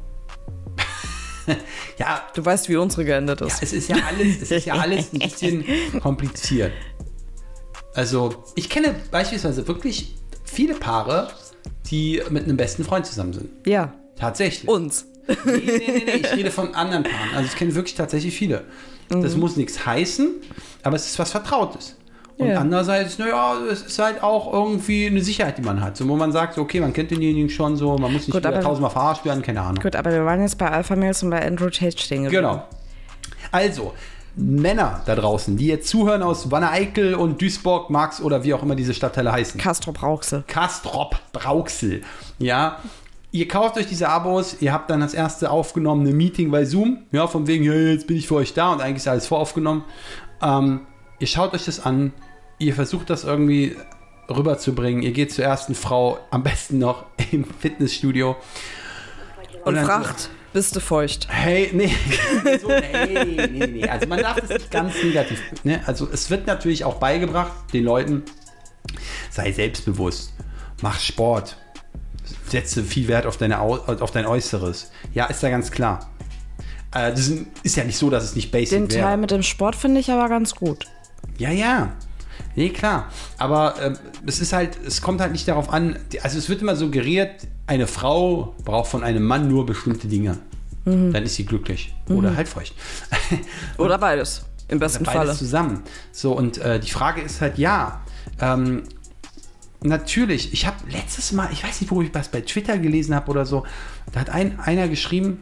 Ja. Du weißt, wie unsere geendet ist. Ja, es ist ja alles, es ist ja alles ein bisschen kompliziert. Also, ich kenne beispielsweise wirklich viele Paare, die mit einem besten Freund zusammen sind. Ja. Tatsächlich. Uns. Nee, nee, nee, nee, ich rede von anderen Paaren. Also ich kenne wirklich tatsächlich viele. Das mhm. muss nichts heißen, aber es ist was Vertrautes. Und ja. andererseits, naja, es ist halt auch irgendwie eine Sicherheit, die man hat. So, wo man sagt, okay, man kennt denjenigen schon so, man muss nicht Gut, wieder tausendmal verarscht werden, keine Ahnung. Gut, aber wir waren jetzt bei Alpha Males und bei Andrew Tate stehen geblieben. Genau. Also, Männer da draußen, die jetzt zuhören aus Wanne-Eickel und Duisburg, Marx oder wie auch immer diese Stadtteile heißen. Castrop-Rauxel. Castrop-Rauxel. Ja. Ihr kauft euch diese Abos, ihr habt dann das erste aufgenommene Meeting bei Zoom, ja, von wegen, ja, jetzt bin ich für euch da und eigentlich ist alles voraufgenommen. Ähm, ihr schaut euch das an, ihr versucht das irgendwie rüberzubringen, ihr geht zur ersten Frau, am besten noch im Fitnessstudio. Und, und dann fragt, so, bist du feucht? Hey, nee, so, nee, nee, nee, nee, also man darf das nicht ganz negativ, ne? Also es wird natürlich auch beigebracht, den Leuten, sei selbstbewusst, mach Sport, setze viel Wert auf, deine, auf dein Äußeres. Ja, ist ja ganz klar. Äh, das ist ja nicht so, dass es nicht basic wäre. Den Teil mit dem Sport finde ich aber ganz gut. Ja, ja. Nee, klar. Aber äh, es ist halt, es kommt halt nicht darauf an, also es wird immer suggeriert, eine Frau braucht von einem Mann nur bestimmte Dinge. Mhm. Dann ist sie glücklich. Mhm. Oder halt feucht. Oder beides. Im besten Falle. Beides Falle. zusammen. So, und äh, die Frage ist halt, ja, ähm, natürlich, ich habe letztes Mal, ich weiß nicht, wo ich was bei Twitter gelesen habe oder so, da hat ein, einer geschrieben,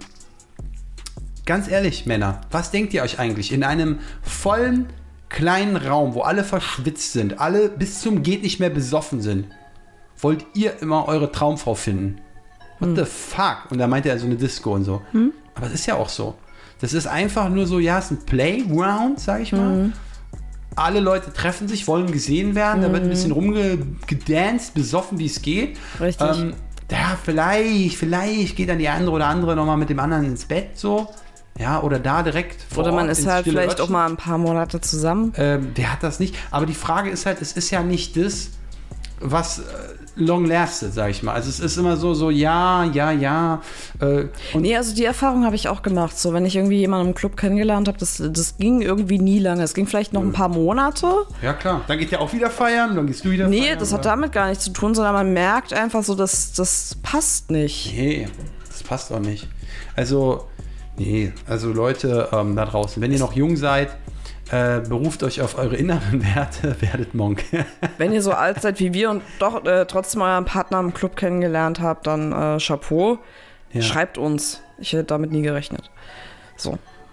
ganz ehrlich, Männer, was denkt ihr euch eigentlich in einem vollen, kleinen Raum, wo alle verschwitzt sind, alle bis zum geht nicht mehr besoffen sind, wollt ihr immer eure Traumfrau finden? What hm. the fuck? Und da meinte er so eine Disco und so. Hm? Aber es ist ja auch so. Das ist einfach nur so, ja, es ist ein Playground, sag ich mal. Hm. Alle Leute treffen sich, wollen gesehen werden, mhm. da wird ein bisschen rumgedanced, besoffen, wie es geht. Richtig. Ähm, ja, vielleicht, vielleicht geht dann die andere oder andere nochmal mit dem anderen ins Bett so. Ja, oder da direkt vor Oder man Ort ist halt Stille vielleicht Örtchen. auch mal ein paar Monate zusammen. Ähm, wer hat das nicht? Aber die Frage ist halt, es ist ja nicht das, was äh, long lasted, sag ich mal. Also es ist immer so, so ja, ja, ja. Äh, und nee, also die Erfahrung habe ich auch gemacht. So, wenn ich irgendwie jemanden im Club kennengelernt habe, das, das ging irgendwie nie lange. Es ging vielleicht noch ein paar Monate. Ja, klar. Dann geht der auch wieder feiern, dann gehst du wieder nee, feiern. Nee, das oder? hat damit gar nichts zu tun, sondern man merkt einfach so, dass das passt nicht. Nee, das passt auch nicht. Also, nee, also Leute ähm, da draußen, wenn ihr noch jung seid, Äh, beruft euch auf eure inneren Werte, werdet Monk. Wenn ihr so alt seid wie wir und doch äh, trotzdem euren Partner im Club kennengelernt habt, dann äh, Chapeau. Ja. Schreibt uns. Ich hätte damit nie gerechnet. So.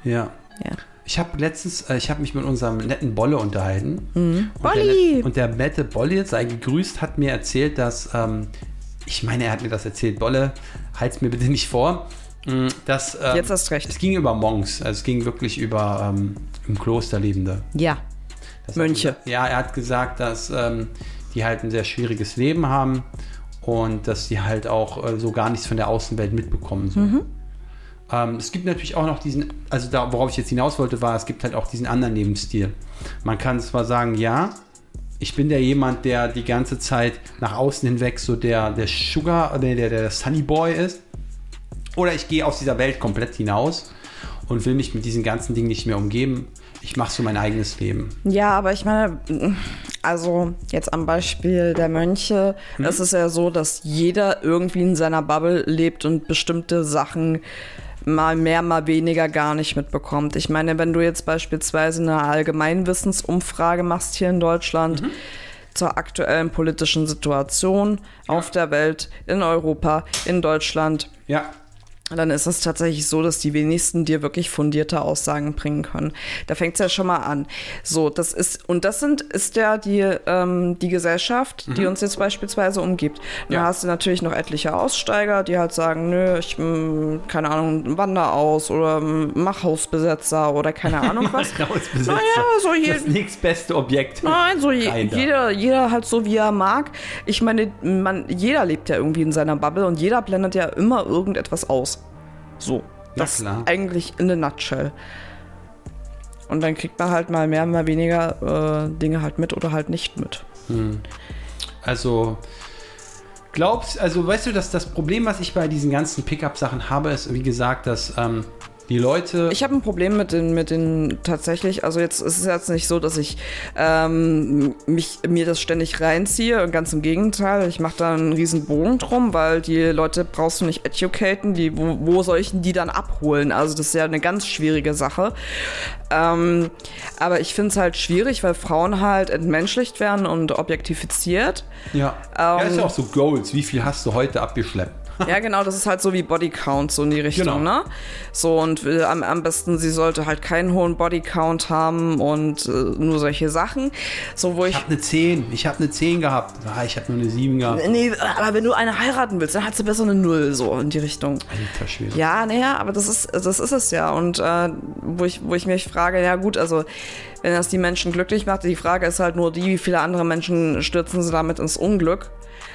Ja. Ja. Ich habe letztens, äh, ich habe mich mit unserem netten Bolle unterhalten. Mhm. Und der, Bolli! net- und der nette Bolle, sei gegrüßt, hat mir erzählt, dass, ähm, ich meine, er hat mir das erzählt, Bolle, halt's mir bitte nicht vor, mh, dass, ähm, Jetzt hast recht. es ging über Monks, also es ging wirklich über ähm, im Kloster Lebende. Ja. Das Mönche. Hat, ja, er hat gesagt, dass ähm, die halt ein sehr schwieriges Leben haben und dass die halt auch äh, so gar nichts von der Außenwelt mitbekommen. So. Mhm. Ähm, es gibt natürlich auch noch diesen, also da, worauf ich jetzt hinaus wollte, war, es gibt halt auch diesen anderen Lebensstil. Man kann zwar sagen, ja, ich bin der jemand, der die ganze Zeit nach außen hinweg so der, der Sugar, der, der, der Sunny Boy ist. Oder ich gehe aus dieser Welt komplett hinaus und will mich mit diesen ganzen Dingen nicht mehr umgeben. Ich mache so mein eigenes Leben. Ja, aber ich meine, also jetzt am Beispiel der Mönche, Mhm. es ist ja so, dass jeder irgendwie in seiner Bubble lebt und bestimmte Sachen mal mehr, mal weniger gar nicht mitbekommt. Ich meine, wenn du jetzt beispielsweise eine Allgemeinwissensumfrage machst hier in Deutschland Mhm. zur aktuellen politischen Situation auf der Welt, in Europa, in Deutschland, Ja. dann ist es tatsächlich so, dass die wenigsten dir wirklich fundierte Aussagen bringen können. Da fängt es ja schon mal an. So, das ist, und das sind, ist ja die, ähm, die Gesellschaft, die uns jetzt beispielsweise umgibt. Und Ja. Da hast du natürlich noch etliche Aussteiger, die halt sagen, nö, ich, mh, keine Ahnung, wander aus oder mh, mach Hausbesetzer oder keine Ahnung was. Hausbesetzer. Naja, so je- Das nächstbeste Objekt. Nein, so je, Rein da. jeder, jeder halt so, wie er mag. Ich meine, man, jeder lebt ja irgendwie in seiner Bubble und jeder blendet ja immer irgendetwas aus. So, Na das klar. eigentlich in a nutshell. Und dann kriegt man halt mal mehr, mal weniger äh, Dinge halt mit oder halt nicht mit. Also, glaubst, also weißt du, dass das Problem, was ich bei diesen ganzen Pickup-Sachen habe, ist, wie gesagt, dass ähm, die Leute. Ich habe ein Problem mit den, mit den tatsächlich, also jetzt ist es jetzt nicht so, dass ich ähm, mich, mir das ständig reinziehe, ganz im Gegenteil, ich mache da einen riesen Bogen drum, weil die Leute brauchst du nicht educaten, die, wo, wo soll ich denn die dann abholen? Also das ist ja eine ganz schwierige Sache. Ähm, aber ich finde es halt schwierig, weil Frauen halt entmenschlicht werden und objektifiziert. ja. ja, ist ja auch so Goals. Wie viel hast du heute abgeschleppt? Ja, genau, das ist halt so wie Bodycount, so in die Richtung, Genau. ne? So, und äh, am, am besten, sie sollte halt keinen hohen Bodycount haben und äh, nur solche Sachen. So, wo Ich ich. habe eine zehn. Ich habe eine zehn gehabt. Ah, ich habe nur eine sieben gehabt. Nee, aber wenn du eine heiraten willst, dann hast du besser eine Null, so in die Richtung. Alter Schwede. Ja, naja, aber das ist, das ist es ja. Und äh, wo, ich, wo ich mich frage, ja gut, also wenn das die Menschen glücklich macht, die Frage ist halt nur die, wie viele andere Menschen stürzen sie damit ins Unglück.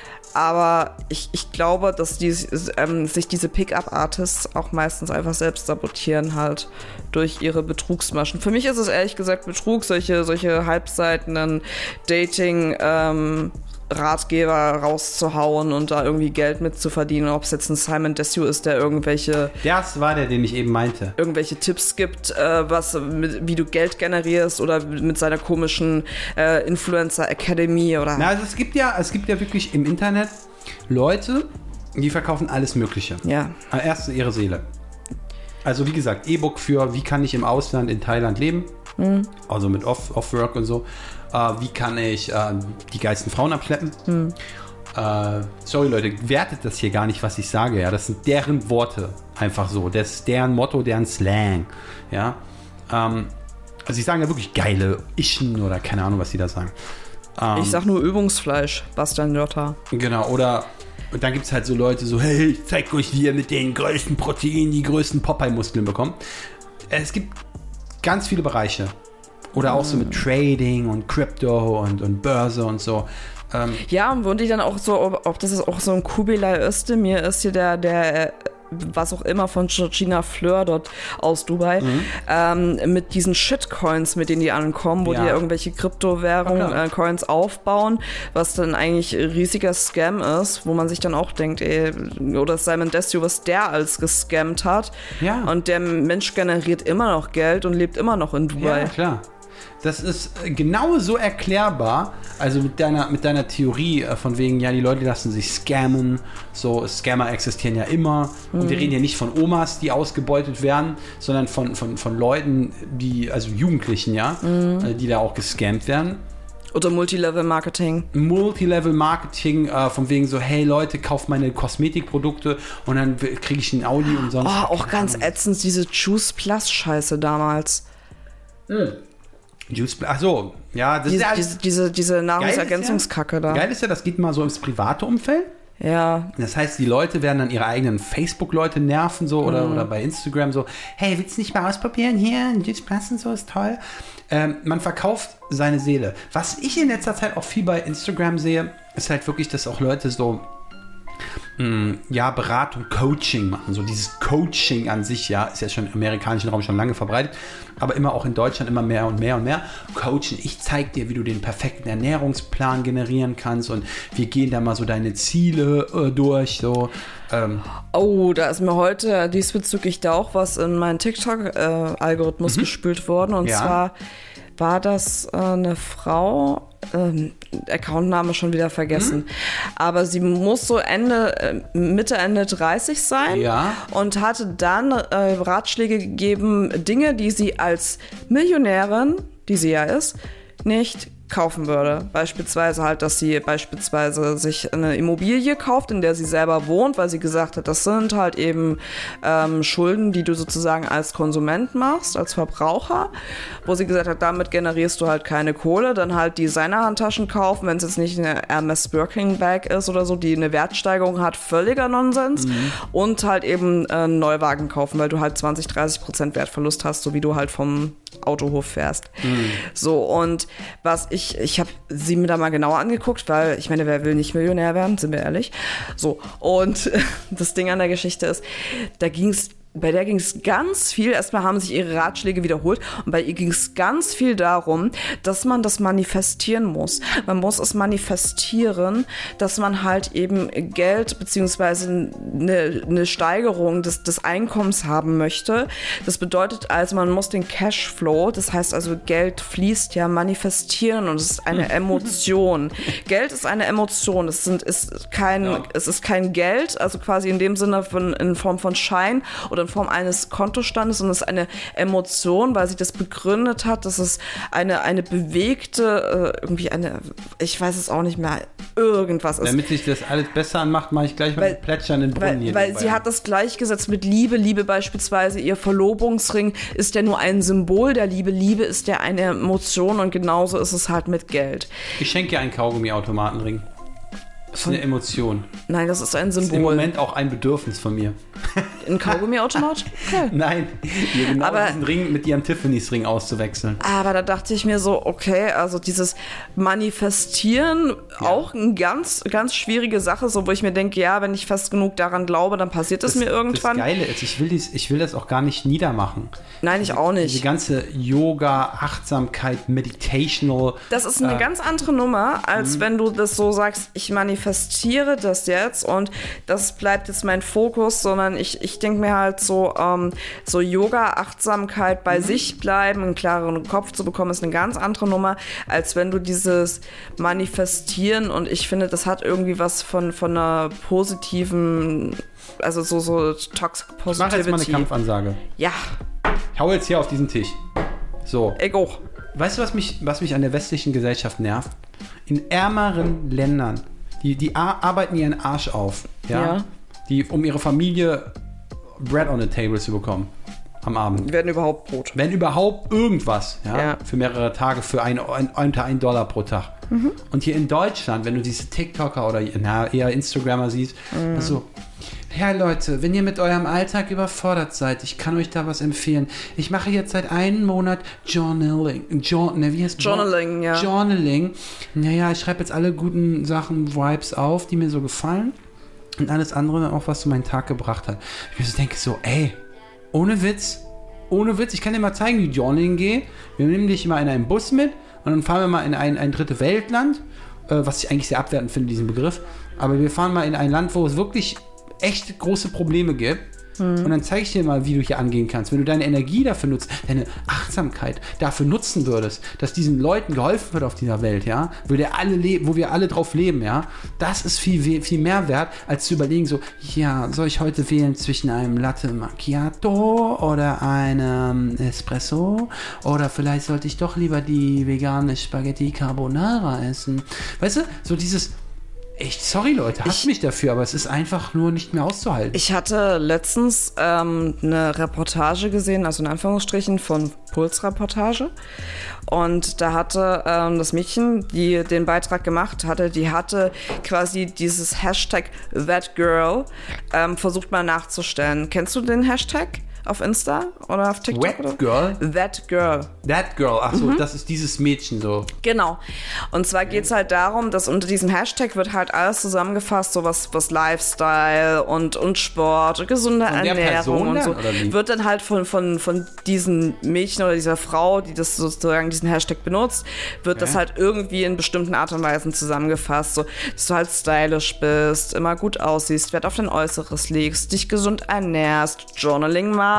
Aber ich, ich glaube, dass die, ähm, sich diese Pickup-Artists auch meistens einfach selbst sabotieren halt durch ihre Betrugsmaschen. Für mich ist es ehrlich gesagt Betrug, solche, solche halbseitenden Dating- ähm, Ratgeber rauszuhauen und da irgendwie Geld mit zu verdienen, ob es jetzt ein Simon Desue ist, der irgendwelche Das war der, den ich eben meinte. irgendwelche Tipps gibt, äh, was mit, wie du Geld generierst oder mit seiner komischen äh, Influencer Academy oder Na, also es gibt ja, es gibt ja wirklich im Internet Leute, die verkaufen alles Mögliche. ja. Erst ihre Seele. Also wie gesagt, E-Book für wie kann ich im Ausland in Thailand leben, Mhm. also mit Off- Off-Work und so. Äh, wie kann ich äh, die geilsten Frauen abschleppen. Mhm. Äh, sorry Leute, wertet das hier gar nicht, was ich sage. Ja, das sind deren Worte, einfach so. Das ist deren Motto, deren Slang. Ja, ähm, also ich sage ja wirklich geile Ischen oder keine Ahnung, was die da sagen. Ähm, Ich sag nur Übungsfleisch, Bastian Jotta. Genau, oder und dann gibt es halt so Leute so, hey, ich zeig euch, wie ihr mit den größten Proteinen die größten Popeye-Muskeln bekommt. Es gibt ganz viele Bereiche. Oder auch so mit Trading und Crypto und, und Börse und so. Ähm, Ja, und wo die dann auch so, ob, ob das ist auch so ein Kubilay Özdemir ist hier der, der, äh, was auch immer von Georgina Fleur dort aus Dubai, Mhm. ähm, mit diesen Shitcoins, mit denen die ankommen, wo Ja. die irgendwelche Kryptowährungen, Oh, klar. äh, Coins aufbauen, was dann eigentlich ein riesiger Scam ist, wo man sich dann auch denkt, ey, oder Simon Desue, was der als gescammt hat. Ja. Und der Mensch generiert immer noch Geld und lebt immer noch in Dubai. Ja, klar. Das ist äh, genau so erklärbar, also mit deiner, mit deiner Theorie äh, von wegen, ja, die Leute lassen sich scammen, so Scammer existieren ja immer und wir reden ja nicht von Omas, die ausgebeutet werden, sondern von, von, von Leuten, die, also Jugendlichen, ja, äh, die da auch gescammt werden Oder Multilevel-Marketing. Multilevel-Marketing, äh, von wegen so, hey Leute, kauft meine Kosmetikprodukte und dann kriege ich einen Audi umsonst. Oh, auch ganz ätzend, diese Juice Plus-Scheiße damals. Mhm. Juice Plus, ach so, ja. Das diese, ist ja diese, diese, diese Nahrungsergänzungskacke ja, da. Geil ist ja, das geht mal so ins private Umfeld. Ja. Das heißt, die Leute werden dann ihre eigenen Facebook-Leute nerven so oder, mhm. oder bei Instagram so, hey, willst du nicht mal ausprobieren hier? Juice Plus und so ist toll. Ähm, man verkauft seine Seele. Was ich in letzter Zeit auch viel bei Instagram sehe, ist halt wirklich, dass auch Leute so mh, ja, Beratung, Coaching machen. So dieses Coaching an sich, ja, ist ja schon im amerikanischen Raum schon lange verbreitet, aber immer auch in Deutschland immer mehr und mehr und mehr. Coaching, ich zeig dir, wie du den perfekten Ernährungsplan generieren kannst und wir gehen da mal so deine Ziele äh, durch, so. Ähm. Oh, da ist mir heute diesbezüglich da auch was in meinen TikTok-Algorithmus äh, mhm. gespült worden. Und ja. zwar war das äh, eine Frau, ähm, Accountname schon wieder vergessen, mhm. aber sie muss so Ende, äh, Mitte, Ende dreißig sein ja. und hatte dann äh, Ratschläge gegeben, Dinge, die sie als Millionärin, die sie ja ist, nicht kaufen würde. Beispielsweise halt, dass sie beispielsweise sich eine Immobilie kauft, in der sie selber wohnt, weil sie gesagt hat, das sind halt eben ähm, Schulden, die du sozusagen als Konsument machst, als Verbraucher, wo sie gesagt hat, damit generierst du halt keine Kohle, dann halt Designerhandtaschen kaufen, wenn es jetzt nicht eine Hermes Birkin Bag ist oder so, die eine Wertsteigerung hat, völliger Nonsens mhm. und halt eben äh, einen Neuwagen kaufen, weil du halt zwanzig, dreißig Prozent Wertverlust hast, so wie du halt vom Autohof fährst. Mhm. So, und was ich, ich habe sie mir da mal genauer angeguckt, weil ich meine, wer will nicht Millionär werden, sind wir ehrlich. So, und das Ding an der Geschichte ist, da ging es bei der ging es ganz viel, erstmal haben sich ihre Ratschläge wiederholt und bei ihr ging es ganz viel darum, dass man das manifestieren muss. Man muss es manifestieren, dass man halt eben Geld beziehungsweise eine, eine Steigerung des, des Einkommens haben möchte. Das bedeutet also, man muss den Cashflow, das heißt also Geld fließt ja, manifestieren und es ist eine Emotion. Geld ist eine Emotion, es sind, ist kein, ja. es ist kein Geld, also quasi in dem Sinne von, in Form von Schein oder in Form eines Kontostandes, und es ist eine Emotion, weil sie das begründet hat, dass es eine, eine bewegte, äh, irgendwie eine, ich weiß es auch nicht mehr, irgendwas ist. Damit sich das alles besser anmacht, mache ich gleich mal einen plätschernden Brunnen hier. Weil, weil sie hat das gleichgesetzt mit Liebe. Liebe beispielsweise, ihr Verlobungsring ist ja nur ein Symbol der Liebe. Liebe ist ja eine Emotion und genauso ist es halt mit Geld. Ich schenke dir einen Kaugummi-Automatenring. Das ist eine Emotion. Nein, das ist ein Symbol. Das ist im Moment auch ein Bedürfnis von mir. Ein Kaugummi-Automat? Okay. Nein, hier genau aber, diesen Ring mit ihrem Tiffany's-Ring auszuwechseln. Aber da dachte ich mir so, okay, also dieses Manifestieren, ja. auch eine ganz, ganz schwierige Sache, so wo ich mir denke, ja, wenn ich fest genug daran glaube, dann passiert es mir irgendwann. Das Geile ist, ich will, dies, ich will das auch gar nicht niedermachen. Nein, ich auch nicht. Diese ganze Yoga, Achtsamkeit, Meditational. Das ist eine äh, ganz andere Nummer, als wenn du das so sagst, ich manifestiere manifestiere das jetzt und das bleibt jetzt mein Fokus, sondern ich, ich denke mir halt so, ähm, so Yoga, Achtsamkeit, bei mhm. sich bleiben, einen klareren Kopf zu bekommen, ist eine ganz andere Nummer, als wenn du dieses Manifestieren, und ich finde, das hat irgendwie was von, von einer positiven, also so, so Toxic Positivity. Ich mache jetzt mal eine Kampfansage. Ja. Ich hau jetzt hier auf diesen Tisch. So. Ich auch. Weißt du, was mich, was mich an der westlichen Gesellschaft nervt? In ärmeren Ländern, die, die arbeiten ihren Arsch auf, ja? ja. Die, um ihre Familie Bread on the table zu bekommen am Abend. Wenn überhaupt Brot. Wenn überhaupt irgendwas, ja? ja. Für mehrere Tage, für ein, ein, unter ein Dollar pro Tag. Mhm. Und hier in Deutschland, wenn du diese TikToker oder na, eher Instagrammer siehst, mhm. so, ja Leute, wenn ihr mit eurem Alltag überfordert seid, ich kann euch da was empfehlen. Ich mache jetzt seit einem Monat Journaling. Jour, ne, wie heißt Journaling, ja. Journaling. Naja, ich schreibe jetzt alle guten Sachen, Vibes auf, die mir so gefallen. Und alles andere auch, was so meinen Tag gebracht hat. Ich mir so denke so, ey, ohne Witz, ohne Witz, ich kann dir mal zeigen, wie Journaling geht. Wir nehmen dich mal in einen Bus mit und dann fahren wir mal in ein, ein dritte Weltland, äh, was ich eigentlich sehr abwertend finde, diesen Begriff. Aber wir fahren mal in ein Land, wo es wirklich echt große Probleme gibt. Und dann zeige ich dir mal, wie du hier angehen kannst. Wenn du deine Energie dafür nutzt, deine Achtsamkeit dafür nutzen würdest, dass diesen Leuten geholfen wird auf dieser Welt, ja, wo, der alle le- wo wir alle drauf leben, ja, das ist viel, viel mehr wert, als zu überlegen, so, ja, soll ich heute wählen zwischen einem Latte Macchiato oder einem Espresso? Oder vielleicht sollte ich doch lieber die vegane Spaghetti Carbonara essen? Weißt du, so dieses... Echt, sorry Leute, hasst mich dafür, aber es ist einfach nur nicht mehr auszuhalten. Ich hatte letztens ähm, eine Reportage gesehen, also in Anführungsstrichen von Puls-Reportage. Und da hatte ähm, das Mädchen, die den Beitrag gemacht hatte, die hatte quasi dieses Hashtag ThatGirl ähm, versucht mal nachzustellen. Kennst du den Hashtag? Auf Insta oder auf TikTok? Wet oder? Girl? That Girl. That Girl, achso, mhm. Das ist dieses Mädchen so. Genau. Und zwar geht es halt darum, dass unter diesem Hashtag wird halt alles zusammengefasst, so was, was Lifestyle und, und Sport und gesunde von der Ernährung Person und so. Dann, oder wie? Wird dann halt von, von, von diesen Mädchen oder dieser Frau, die das sozusagen diesen Hashtag benutzt, wird okay. das halt irgendwie in bestimmten Art und Weisen zusammengefasst. So, dass du halt stylisch bist, immer gut aussiehst, Wert auf dein Äußeres legst, dich gesund ernährst, Journaling machst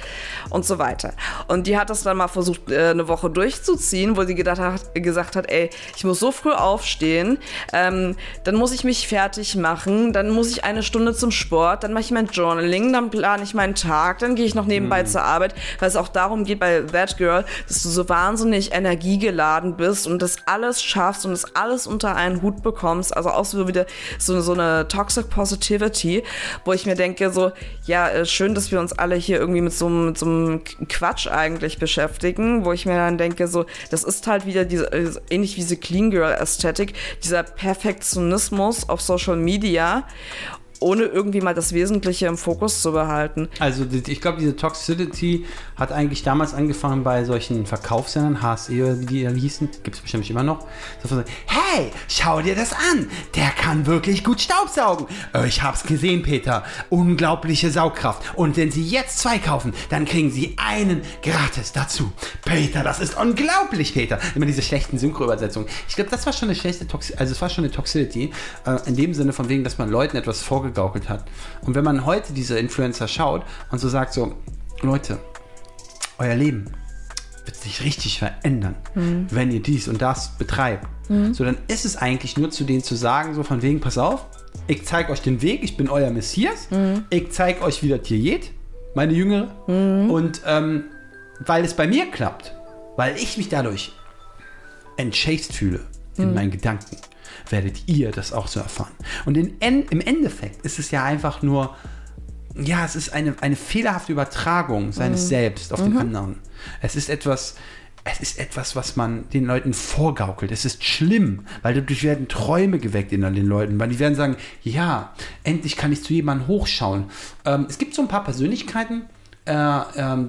und so weiter. Und die hat das dann mal versucht, äh, eine Woche durchzuziehen, wo sie gedacht hat, gesagt hat, ey, ich muss so früh aufstehen, ähm, dann muss ich mich fertig machen, dann muss ich eine Stunde zum Sport, dann mache ich mein Journaling, dann plane ich meinen Tag, dann gehe ich noch nebenbei mhm. zur Arbeit, weil es auch darum geht bei That Girl, dass du so wahnsinnig energiegeladen bist und das alles schaffst und das alles unter einen Hut bekommst, also auch so wieder so, so eine Toxic Positivity, wo ich mir denke so, ja, äh, schön, dass wir uns alle hier irgendwie mit so, mit so einem Quatsch eigentlich beschäftigen, wo ich mir dann denke, so, das ist halt wieder diese, ähnlich wie diese Clean Girl Ästhetik, dieser Perfektionismus auf Social Media, ohne irgendwie mal das Wesentliche im Fokus zu behalten. Also ich glaube, diese Toxicity hat eigentlich damals angefangen bei solchen Verkaufssendern, H S E oder wie die da hießen, gibt es bestimmt immer noch. So, hey, schau dir das an, der kann wirklich gut Staubsaugen. Ich hab's gesehen, Peter, unglaubliche Saugkraft. Und wenn Sie jetzt zwei kaufen, dann kriegen Sie einen gratis dazu. Peter, das ist unglaublich, Peter. Immer diese schlechten Synchro-Übersetzungen. Ich glaube, das war schon eine schlechte Toxicity, also es war schon eine Toxicity, äh, in dem Sinne von wegen, dass man Leuten etwas vorgeht gegaukelt hat. Und wenn man heute diese Influencer schaut und so sagt so, Leute, euer Leben wird sich richtig verändern, mhm. wenn ihr dies und das betreibt. Mhm. So, dann ist es eigentlich nur zu denen zu sagen, so von wegen, pass auf, ich zeige euch den Weg, ich bin euer Messias, mhm. ich zeige euch, wie das hier geht, meine Jüngere. Mhm. Und ähm, weil es bei mir klappt, weil ich mich dadurch entchased fühle in mhm. meinen Gedanken, werdet ihr das auch so erfahren. Und in, im Endeffekt ist es ja einfach nur, ja, es ist eine, eine fehlerhafte Übertragung seines mhm. Selbst auf mhm. den anderen. Es ist etwas, es ist etwas, was man den Leuten vorgaukelt. Es ist schlimm, weil dadurch werden Träume geweckt in den Leuten, weil die werden sagen, ja, endlich kann ich zu jemandem hochschauen. Ähm, es gibt so ein paar Persönlichkeiten, äh, ähm,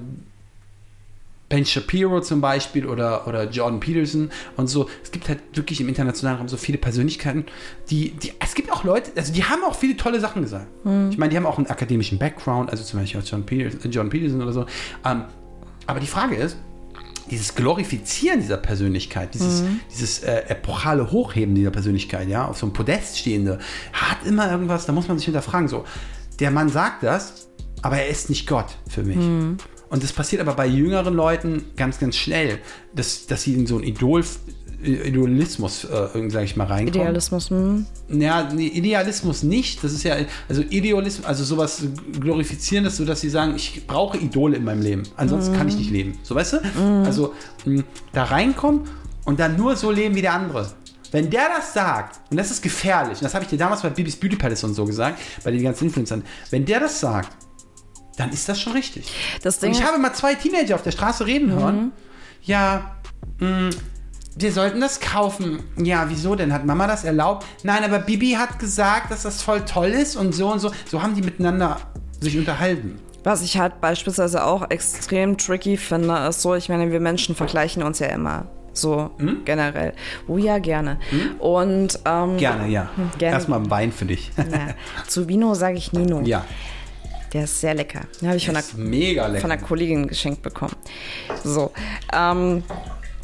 Ben Shapiro zum Beispiel oder, oder Jordan Peterson und so. Es gibt halt wirklich im internationalen Raum so viele Persönlichkeiten, die, die es gibt auch Leute, also die haben auch viele tolle Sachen gesagt. Mhm. Ich meine, die haben auch einen akademischen Background, also zum Beispiel Jordan Peterson, Jordan Peterson oder so. Ähm, aber die Frage ist, dieses Glorifizieren dieser Persönlichkeit, dieses, mhm. dieses äh, epochale Hochheben dieser Persönlichkeit, ja, auf so einem Podest stehende, hat immer irgendwas, da muss man sich hinterfragen, so, der Mann sagt das, aber er ist nicht Gott für mich. Mhm. Und das passiert aber bei jüngeren Leuten ganz, ganz schnell, dass, dass sie in so einen Idol, Idealismus, äh, sag ich mal, reinkommen. Idealismus, hm. Ja, nee, Idealismus nicht. Das ist ja, also Idealismus, also sowas Glorifizierendes, so dass sie sagen, ich brauche Idole in meinem Leben. Ansonsten mm. kann ich nicht leben. So, weißt du? Mm. Also mh, da reinkommen und dann nur so leben wie der andere. Wenn der das sagt, und das ist gefährlich, und das habe ich dir damals bei Bibis Beauty Palace und so gesagt, bei den ganzen Influencern, wenn der das sagt, dann ist das schon richtig. Das Ding und ich habe mal zwei Teenager auf der Straße reden hören. Mhm. Ja, mh, wir sollten das kaufen. Ja, wieso denn? Hat Mama das erlaubt? Nein, aber Bibi hat gesagt, dass das voll toll ist und so und so. So haben die miteinander sich unterhalten. Was ich halt beispielsweise auch extrem tricky finde, ist so, ich meine, wir Menschen vergleichen uns ja immer. So hm? generell. Oh ja, gerne. Hm? Und, ähm, gerne, ja. Gerne. Erstmal ein Wein für dich. Ja. Zu Vino sage ich Nino. Ja. Der ist sehr lecker. Den habe ich von einer, mega lecker. von einer Kollegin geschenkt bekommen. So. Ähm,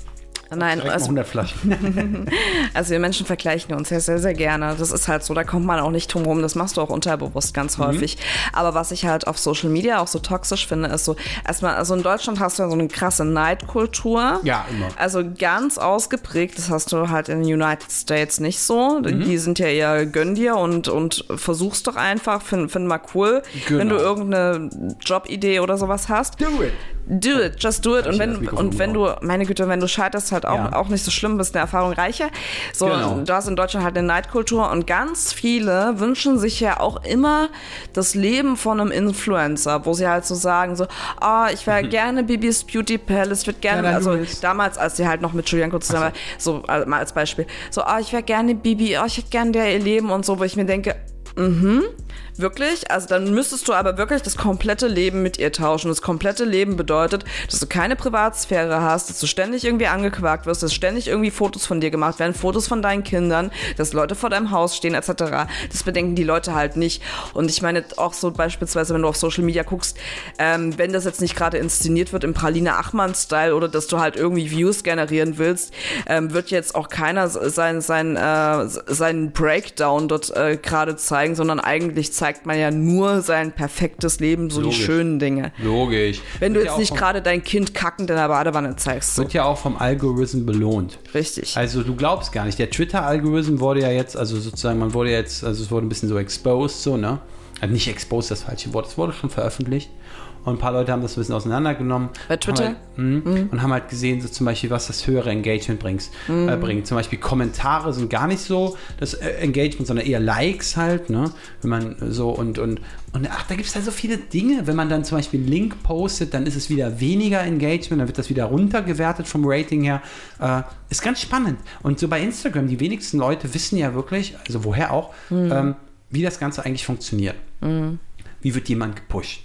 Nein, Direkt mal also, hundert Flaschen. also wir Menschen vergleichen uns ja sehr, sehr gerne. Das ist halt so, da kommt man auch nicht drum rum. Das machst du auch unterbewusst ganz häufig. Mhm. Aber was ich halt auf Social Media auch so toxisch finde, ist so, erstmal, also in Deutschland hast du ja so eine krasse Neidkultur. Ja, immer. Also ganz ausgeprägt, das hast du halt in den United States nicht so. Mhm. Die sind ja eher gönn dir und, und versuch's doch einfach, find, find mal cool, genau. Wenn du irgendeine Jobidee oder sowas hast. Do it. Do it, just do it. Und wenn, und wenn du, meine Güte, wenn du scheiterst, halt auch, ja. auch nicht so schlimm, bist eine Erfahrung reicher. So, genau. Du hast in Deutschland halt eine Neidkultur und ganz viele wünschen sich ja auch immer das Leben von einem Influencer, wo sie halt so sagen, so, ah, oh, ich wäre mhm. gerne Bibis Beauty Palace, ich würde gerne, ja, also Louis. Damals, als sie halt noch mit Julianko zusammen war, so, also, mal als Beispiel, so, ah, oh, ich wäre gerne Bibi, oh, ich hätte gerne der ihr Leben und so, wo ich mir denke, mhm, wirklich? Also dann müsstest du aber wirklich das komplette Leben mit ihr tauschen. Das komplette Leben bedeutet, dass du keine Privatsphäre hast, dass du ständig irgendwie angequakt wirst, dass ständig irgendwie Fotos von dir gemacht werden, Fotos von deinen Kindern, dass Leute vor deinem Haus stehen et cetera. Das bedenken die Leute halt nicht. Und ich meine auch so beispielsweise, wenn du auf Social Media guckst, ähm, wenn das jetzt nicht gerade inszeniert wird im Praline Achmann-Style oder dass du halt irgendwie Views generieren willst, ähm, wird jetzt auch keiner sein, sein, äh, seinen Breakdown dort äh, gerade zeigen, sondern eigentlich zeigt man ja nur sein perfektes Leben, so Logisch. Die schönen Dinge. Logisch. Wenn du jetzt ja nicht gerade dein Kind kackend in der Badewanne zeigst. So. Wird ja auch vom Algorithmen belohnt. Richtig. Also du glaubst gar nicht. Der Twitter-Algorithmen wurde ja jetzt, also sozusagen, man wurde jetzt, also es wurde ein bisschen so exposed, so, ne? Also nicht exposed, das falsche Wort, es wurde schon veröffentlicht. Und ein paar Leute haben das ein bisschen auseinandergenommen. Bei Twitter? Haben halt, mh, mhm. Und haben halt gesehen, so zum Beispiel, was das höhere Engagement bringt. Mhm. Äh, bringt. Zum Beispiel Kommentare sind gar nicht so das äh, Engagement, sondern eher Likes halt, ne? Wenn man so und, und, und ach, da gibt es halt so viele Dinge. Wenn man dann zum Beispiel einen Link postet, dann ist es wieder weniger Engagement, dann wird das wieder runtergewertet vom Rating her. Äh, ist ganz spannend. Und so bei Instagram, die wenigsten Leute wissen ja wirklich, also woher auch, mhm. ähm, wie das Ganze eigentlich funktioniert. Mhm. Wie wird jemand gepusht?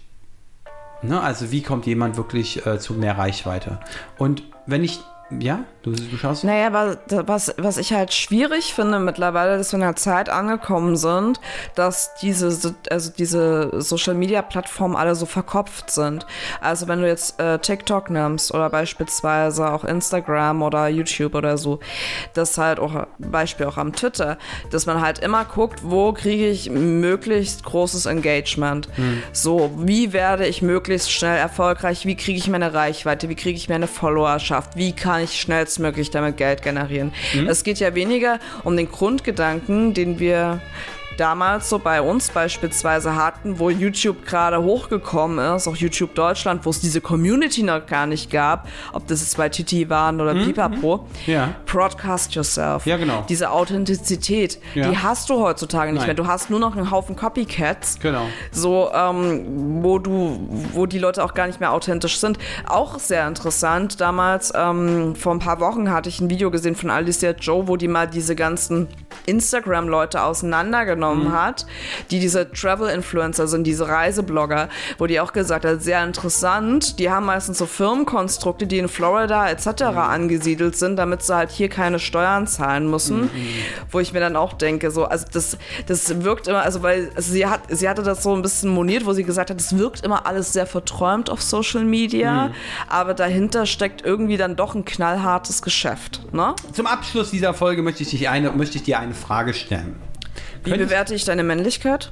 Ne, also wie kommt jemand wirklich äh, zu mehr Reichweite? Und wenn ich, ja, du, du schaust? Naja, was, was, was ich halt schwierig finde mittlerweile, dass wir in einer Zeit angekommen sind, dass diese, also diese Social-Media-Plattformen alle so verkopft sind. Also wenn du jetzt äh, TikTok nimmst oder beispielsweise auch Instagram oder YouTube oder so, das halt auch, Beispiel auch am Twitter, dass man halt immer guckt, wo kriege ich möglichst großes Engagement? Hm. So, wie werde ich möglichst schnell erfolgreich? Wie kriege ich meine Reichweite? Wie kriege ich meine Followerschaft? Wie kann ich schnellstmöglich damit Geld generieren. Mhm. Es geht ja weniger um den Grundgedanken, den wir damals so bei uns beispielsweise hatten, wo YouTube gerade hochgekommen ist, auch YouTube Deutschland, wo es diese Community noch gar nicht gab, ob das jetzt bei Titi waren oder mhm. Pipapo. Ja. Broadcast yourself. Ja, genau. Diese Authentizität, ja. die hast du heutzutage nicht Nein. mehr. Du hast nur noch einen Haufen Copycats, genau. so, ähm, wo du, wo die Leute auch gar nicht mehr authentisch sind. Auch sehr interessant. Damals, ähm, vor ein paar Wochen hatte ich ein Video gesehen von Alicia Joe, wo die mal diese ganzen Instagram-Leute auseinandergenommen Mhm. hat, die diese Travel-Influencer sind, diese Reiseblogger, wo die auch gesagt hat, sehr interessant, die haben meistens so Firmenkonstrukte, die in Florida et cetera Mhm. angesiedelt sind, damit sie halt hier keine Steuern zahlen müssen, mhm. wo ich mir dann auch denke, so, also das, das wirkt immer, also weil also sie hat, sie hatte das so ein bisschen moniert, wo sie gesagt hat, es wirkt immer alles sehr verträumt auf Social Media, mhm. aber dahinter steckt irgendwie dann doch ein knallhartes Geschäft, ne? Zum Abschluss dieser Folge möchte ich, dich eine, möchte ich dir eine Frage stellen. Wie Könntest bewerte ich deine Männlichkeit?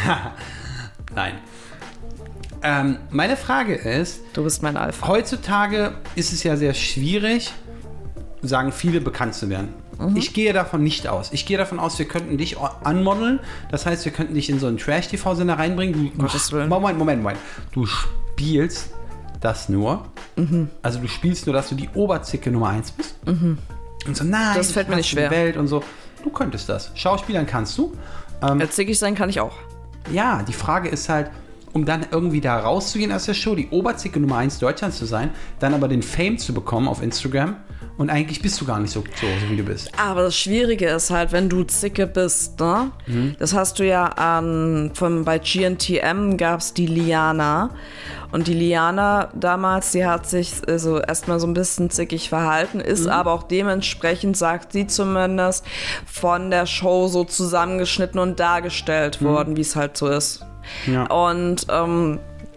Nein. Ähm, meine Frage ist... Du bist mein Alpha. Heutzutage ist es ja sehr schwierig, sagen viele, bekannt zu werden. Mhm. Ich gehe davon nicht aus. Ich gehe davon aus, wir könnten dich anmodeln. Das heißt, wir könnten dich in so einen Trash-T V-Sender reinbringen. Du, Gottes Willen. Moment, Moment, Moment. Du spielst das nur. Mhm. Also du spielst nur, dass du die Oberzicke Nummer eins bist. Mhm. Und so, nein, das fällt mir nicht schwer. Die Welt und so. Du könntest das. Schauspielern kannst du. Ähm, Zickig sein kann ich auch. Ja, die Frage ist halt, um dann irgendwie da rauszugehen aus der Show, die Oberzicke Nummer eins Deutschlands zu sein, dann aber den Fame zu bekommen auf Instagram und eigentlich bist du gar nicht so, so, so wie du bist. Aber das Schwierige ist halt, wenn du Zicke bist, ne? Mhm. Das hast du ja an, von, bei G N T M gab es die Liana. Und die Liana damals, die hat sich also erstmal so ein bisschen zickig verhalten, ist mhm. aber auch dementsprechend, sagt sie zumindest, von der Show so zusammengeschnitten und dargestellt mhm. worden, wie es halt so ist. Ja. Und ähm,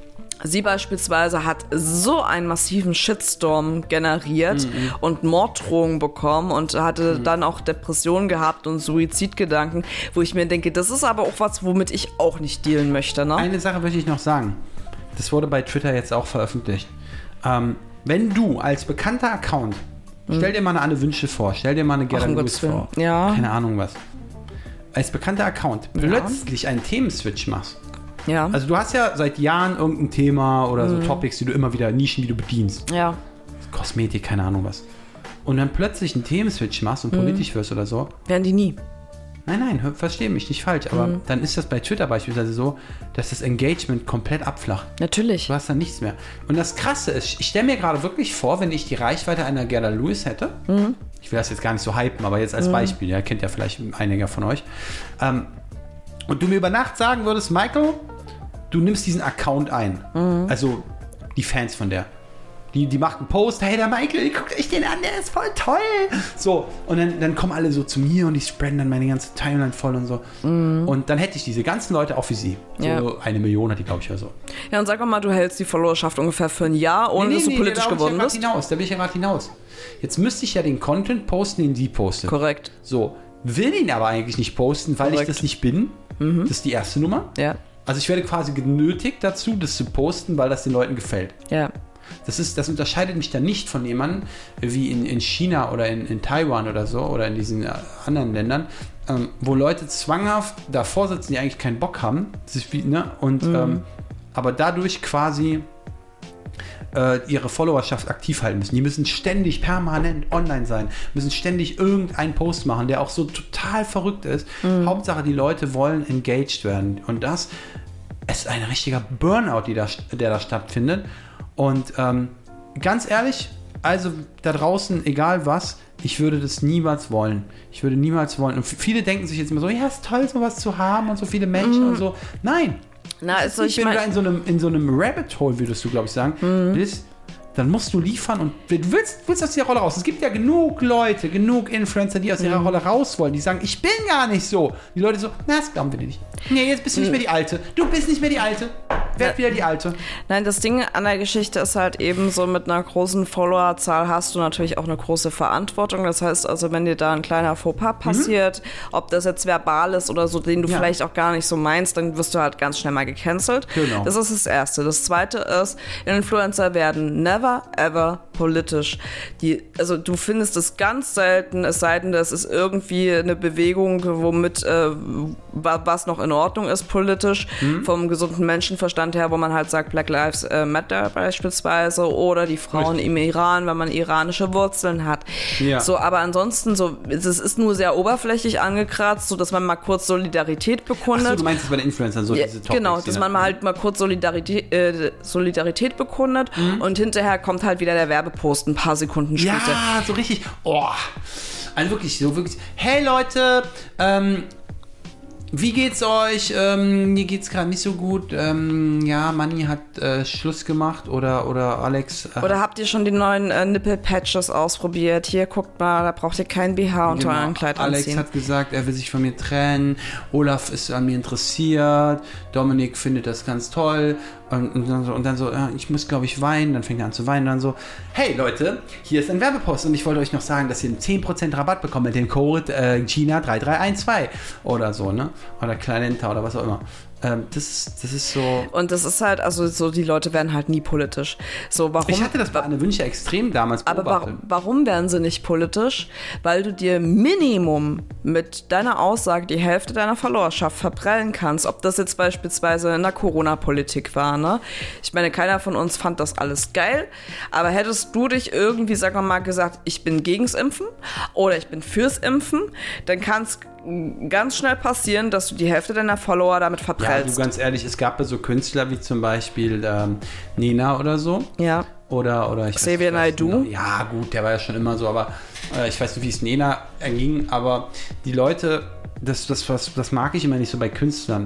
Sie beispielsweise hat so einen massiven Shitstorm generiert mhm. und Morddrohungen bekommen und hatte mhm. dann auch Depressionen gehabt und Suizidgedanken, wo ich mir denke, das ist aber auch was, womit ich auch nicht dealen möchte. Ne? Eine Sache möchte ich noch sagen. Das wurde bei Twitter jetzt auch veröffentlicht. Ähm, wenn du als bekannter Account, mhm. stell dir mal eine Anne Wünsche vor, stell dir mal eine Gerda Lewis vor, ja. keine Ahnung was, als bekannter Account ja. plötzlich einen Themenswitch machst. Ja. Also du hast ja seit Jahren irgendein Thema oder so mhm. Topics, die du immer wieder, Nischen, die du bedienst. Ja. Kosmetik, keine Ahnung was. Und dann plötzlich einen Themenswitch machst und mhm. politisch wirst oder so. Werden die nie. Nein, nein, verstehe mich nicht falsch, aber mhm. dann ist das bei Twitter beispielsweise so, dass das Engagement komplett abflacht. Natürlich. Du hast dann nichts mehr. Und das Krasse ist, ich stelle mir gerade wirklich vor, wenn ich die Reichweite einer Gerda Lewis hätte, mhm. ich will das jetzt gar nicht so hypen, aber jetzt als mhm. Beispiel, ja, kennt ja vielleicht einiger von euch, ähm, und du mir über Nacht sagen würdest, Michael, du nimmst diesen Account ein. Mhm. Also die Fans von der. Die, die macht einen Post, hey, der Michael, guckt euch den an, der ist voll toll. So, und dann, dann kommen alle so zu mir und die spreaden dann meine ganze Timeline voll und so. Mhm. Und dann hätte ich diese ganzen Leute auch für sie. So ja. eine Million hat die, glaube ich, oder so. Ja, und sag doch mal, du hältst die Followerschaft ungefähr für ein Jahr, ohne nee, nee, dass du nee, politisch nee, geworden bist. Hinaus, da will ich ja gerade hinaus. Jetzt müsste ich ja den Content posten, den sie postet. Korrekt. So, will ihn aber eigentlich nicht posten, weil Korrekt. ich das nicht bin. Mhm. Das ist die erste Nummer. Ja. Also ich werde quasi genötigt dazu, das zu posten, weil das den Leuten gefällt. Ja. Das, ist, das unterscheidet mich dann nicht von jemandem wie in, in China oder in, in Taiwan oder so oder in diesen anderen Ländern, ähm, wo Leute zwanghaft davor sitzen, die eigentlich keinen Bock haben. Das ist wie, ne? Und, mhm. ähm, aber dadurch quasi äh, ihre Followerschaft aktiv halten müssen. Die müssen ständig permanent online sein, müssen ständig irgendeinen Post machen, der auch so total verrückt ist. Mhm. Hauptsache, die Leute wollen engaged werden. Und das ist ein richtiger Burnout, die da, der da stattfindet. Und ähm, ganz ehrlich, also da draußen, egal was, ich würde das niemals wollen. Ich würde niemals wollen. Und viele denken sich jetzt immer so, ja, ist toll, sowas zu haben und so viele Menschen mm. und so. Nein. Na, ist nicht, wenn du da in so einem, in so einem Rabbit Hole, würdest du, glaube ich, sagen, mm. bist, dann musst du liefern und du willst, willst aus dieser Rolle raus. Es gibt ja genug Leute, genug Influencer, die aus ihrer mm. Rolle raus wollen, die sagen, ich bin gar nicht so. Die Leute so, na, das glauben wir dir nicht. Nee, jetzt bist du mm. nicht mehr die Alte. Du bist nicht mehr die Alte. Werd wieder die Alte. Nein, das Ding an der Geschichte ist halt eben so, mit einer großen Followerzahl hast du natürlich auch eine große Verantwortung. Das heißt also, wenn dir da ein kleiner Fauxpas passiert, mhm. ob das jetzt verbal ist oder so, den du ja. vielleicht auch gar nicht so meinst, dann wirst du halt ganz schnell mal gecancelt. Genau. Das ist das Erste. Das Zweite ist, Influencer werden never, ever politisch. Die, also du findest es ganz selten, es sei denn, das ist irgendwie eine Bewegung, womit äh, was noch in Ordnung ist politisch, mhm. vom gesunden Menschenverstand her, wo man halt sagt, Black Lives Matter beispielsweise, oder die Frauen Richtig. im Iran, wenn man iranische Wurzeln hat. Ja. So, aber ansonsten, so, es ist nur sehr oberflächlich angekratzt, so dass man mal kurz Solidarität bekundet. Ach so, du meinst es bei den Influencern so, ja, diese Topics, genau, dass man mal halt mal kurz Solidarität, äh, Solidarität bekundet mhm. und hinterher kommt halt wieder der Werbepost ein paar Sekunden später. Ja, so richtig, oh, also wirklich, so wirklich, hey Leute, ähm, wie geht's euch? Ähm, mir geht's gerade nicht so gut. Ähm, ja, Manni hat äh, Schluss gemacht oder, oder Alex. Äh, oder habt ihr schon die neuen äh, Nipple-Patches ausprobiert? Hier, guckt mal, da braucht ihr kein B H unter genau. eurem Kleid Alex anziehen. Alex hat gesagt, er will sich von mir trennen. Olaf ist an mir interessiert. Dominik findet das ganz toll. Und, und dann so, und dann so ja, ich muss, glaube ich, weinen. Dann fängt er an zu weinen. Und dann so, hey Leute, hier ist ein Werbepost. Und ich wollte euch noch sagen, dass ihr einen zehn Prozent Rabatt bekommt mit dem Code äh, Gina drei drei eins zwei oder so, ne? Oder Kleinenta oder was auch immer. Ähm, das, ist, das ist so... Und das ist halt, also so, die Leute werden halt nie politisch. So, warum, ich hatte das bei Anne Wünsche extrem damals beobachtet. Aber wa- warum werden sie nicht politisch? Weil du dir Minimum mit deiner Aussage die Hälfte deiner Followerschaft verprellen kannst. Ob das jetzt beispielsweise in der Corona-Politik war, ne? Ich meine, keiner von uns fand das alles geil, aber hättest du dich irgendwie, sagen wir mal, gesagt, ich bin gegens Impfen oder ich bin fürs Impfen, dann kann es ganz schnell passieren, dass du die Hälfte deiner Follower damit verprellst. Ja, du, ganz ehrlich, es gab ja so Künstler wie zum Beispiel ähm, Nena oder so. Ja. Oder, oder ich Xavier Naidoo. Ja, gut, der war ja schon immer so, aber äh, ich weiß nicht, wie es Nena erging, aber die Leute, das, das, was, das mag ich immer nicht so bei Künstlern.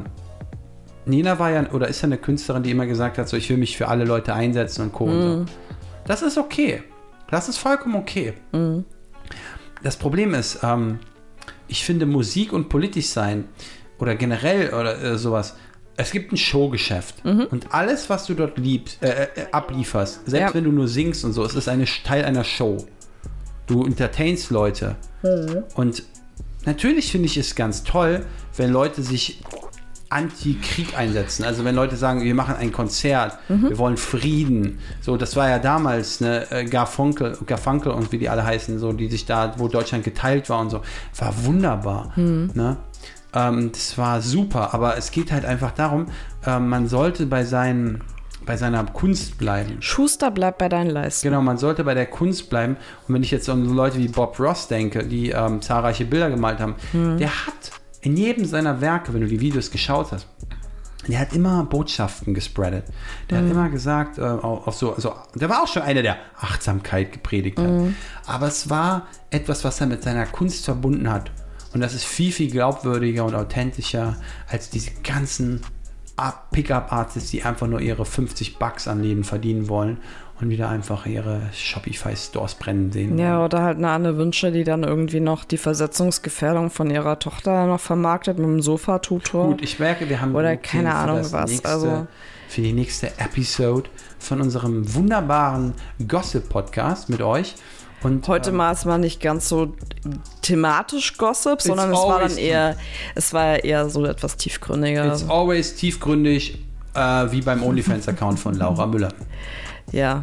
Nena war ja, oder ist ja eine Künstlerin, die immer gesagt hat, so, ich will mich für alle Leute einsetzen und Co. Mm. und so. Das ist okay. Das ist vollkommen okay. Mm. Das Problem ist, ähm, ich finde, Musik und politisch sein oder generell oder äh, sowas es gibt ein Showgeschäft. Mhm. Und alles, was du dort liebst, äh, äh, ablieferst, selbst Ja. wenn du nur singst und so, es ist eine, Teil einer Show. Du entertainst Leute. Mhm. Und natürlich finde ich es ganz toll, wenn Leute sich Anti-Krieg einsetzen. Also wenn Leute sagen, wir machen ein Konzert, Mhm. wir wollen Frieden. So, das war ja damals, ne, äh, Garfunkel, Garfunkel und wie die alle heißen, so, die sich da, wo Deutschland geteilt war und so. War wunderbar. Mhm. Ne? Ähm, das war super, aber es geht halt einfach darum, äh, man sollte bei seinen bei seiner Kunst bleiben. Schuster bleibt bei deinen Leisten. Genau, man sollte bei der Kunst bleiben. Und wenn ich jetzt an so Leute wie Bob Ross denke, die ähm, zahlreiche Bilder gemalt haben, Mhm. der hat in jedem seiner Werke, wenn du die Videos geschaut hast, der hat immer Botschaften gespreadet. Der Mhm. hat immer gesagt, äh, auch, auch so, also, der war auch schon einer, der Achtsamkeit gepredigt hat. Mhm. Aber es war etwas, was er mit seiner Kunst verbunden hat. Und das ist viel, viel glaubwürdiger und authentischer als diese ganzen Pickup-Artists, die einfach nur ihre fünfzig Bucks am Leben verdienen wollen und wieder einfach ihre Shopify-Stores brennen sehen. Ja, oder halt eine Anne Wünsche, die dann irgendwie noch die Versetzungsgefährdung von ihrer Tochter noch vermarktet mit dem Sofatutor. Gut, ich merke, wir haben Oder genug keine Themen für Ahnung das was, Nächste, also- für die nächste Episode von unserem wunderbaren Gossip-Podcast mit euch. Und Heute ähm, war es mal nicht ganz so thematisch Gossip, sondern es war always dann eher, es war ja eher so etwas tiefgründiger. it's always tiefgründig, äh, wie beim OnlyFans-Account von Laura Müller. Ja,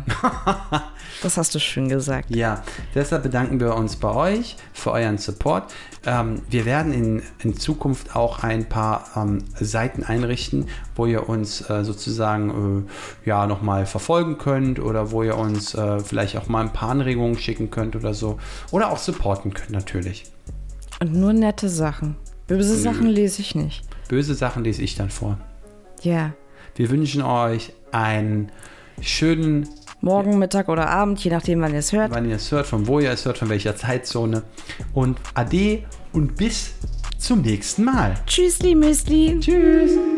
das hast du schön gesagt. Ja, deshalb bedanken wir uns bei euch für euren Support. Ähm, wir werden in, in Zukunft auch ein paar ähm, Seiten einrichten, wo ihr uns äh, sozusagen äh, ja nochmal verfolgen könnt oder wo ihr uns äh, vielleicht auch mal ein paar Anregungen schicken könnt oder so. Oder auch supporten könnt natürlich. Und nur nette Sachen. Böse Sachen lese ich nicht. Böse Sachen lese ich dann vor. Ja. Wir wünschen euch einen schönen, Morgen, Mittag oder Abend, je nachdem, wann ihr es hört. wann ihr es hört, von wo ihr es hört, von welcher Zeitzone. Und Ade und bis zum nächsten Mal. Tschüssli, Müsli. Tschüss.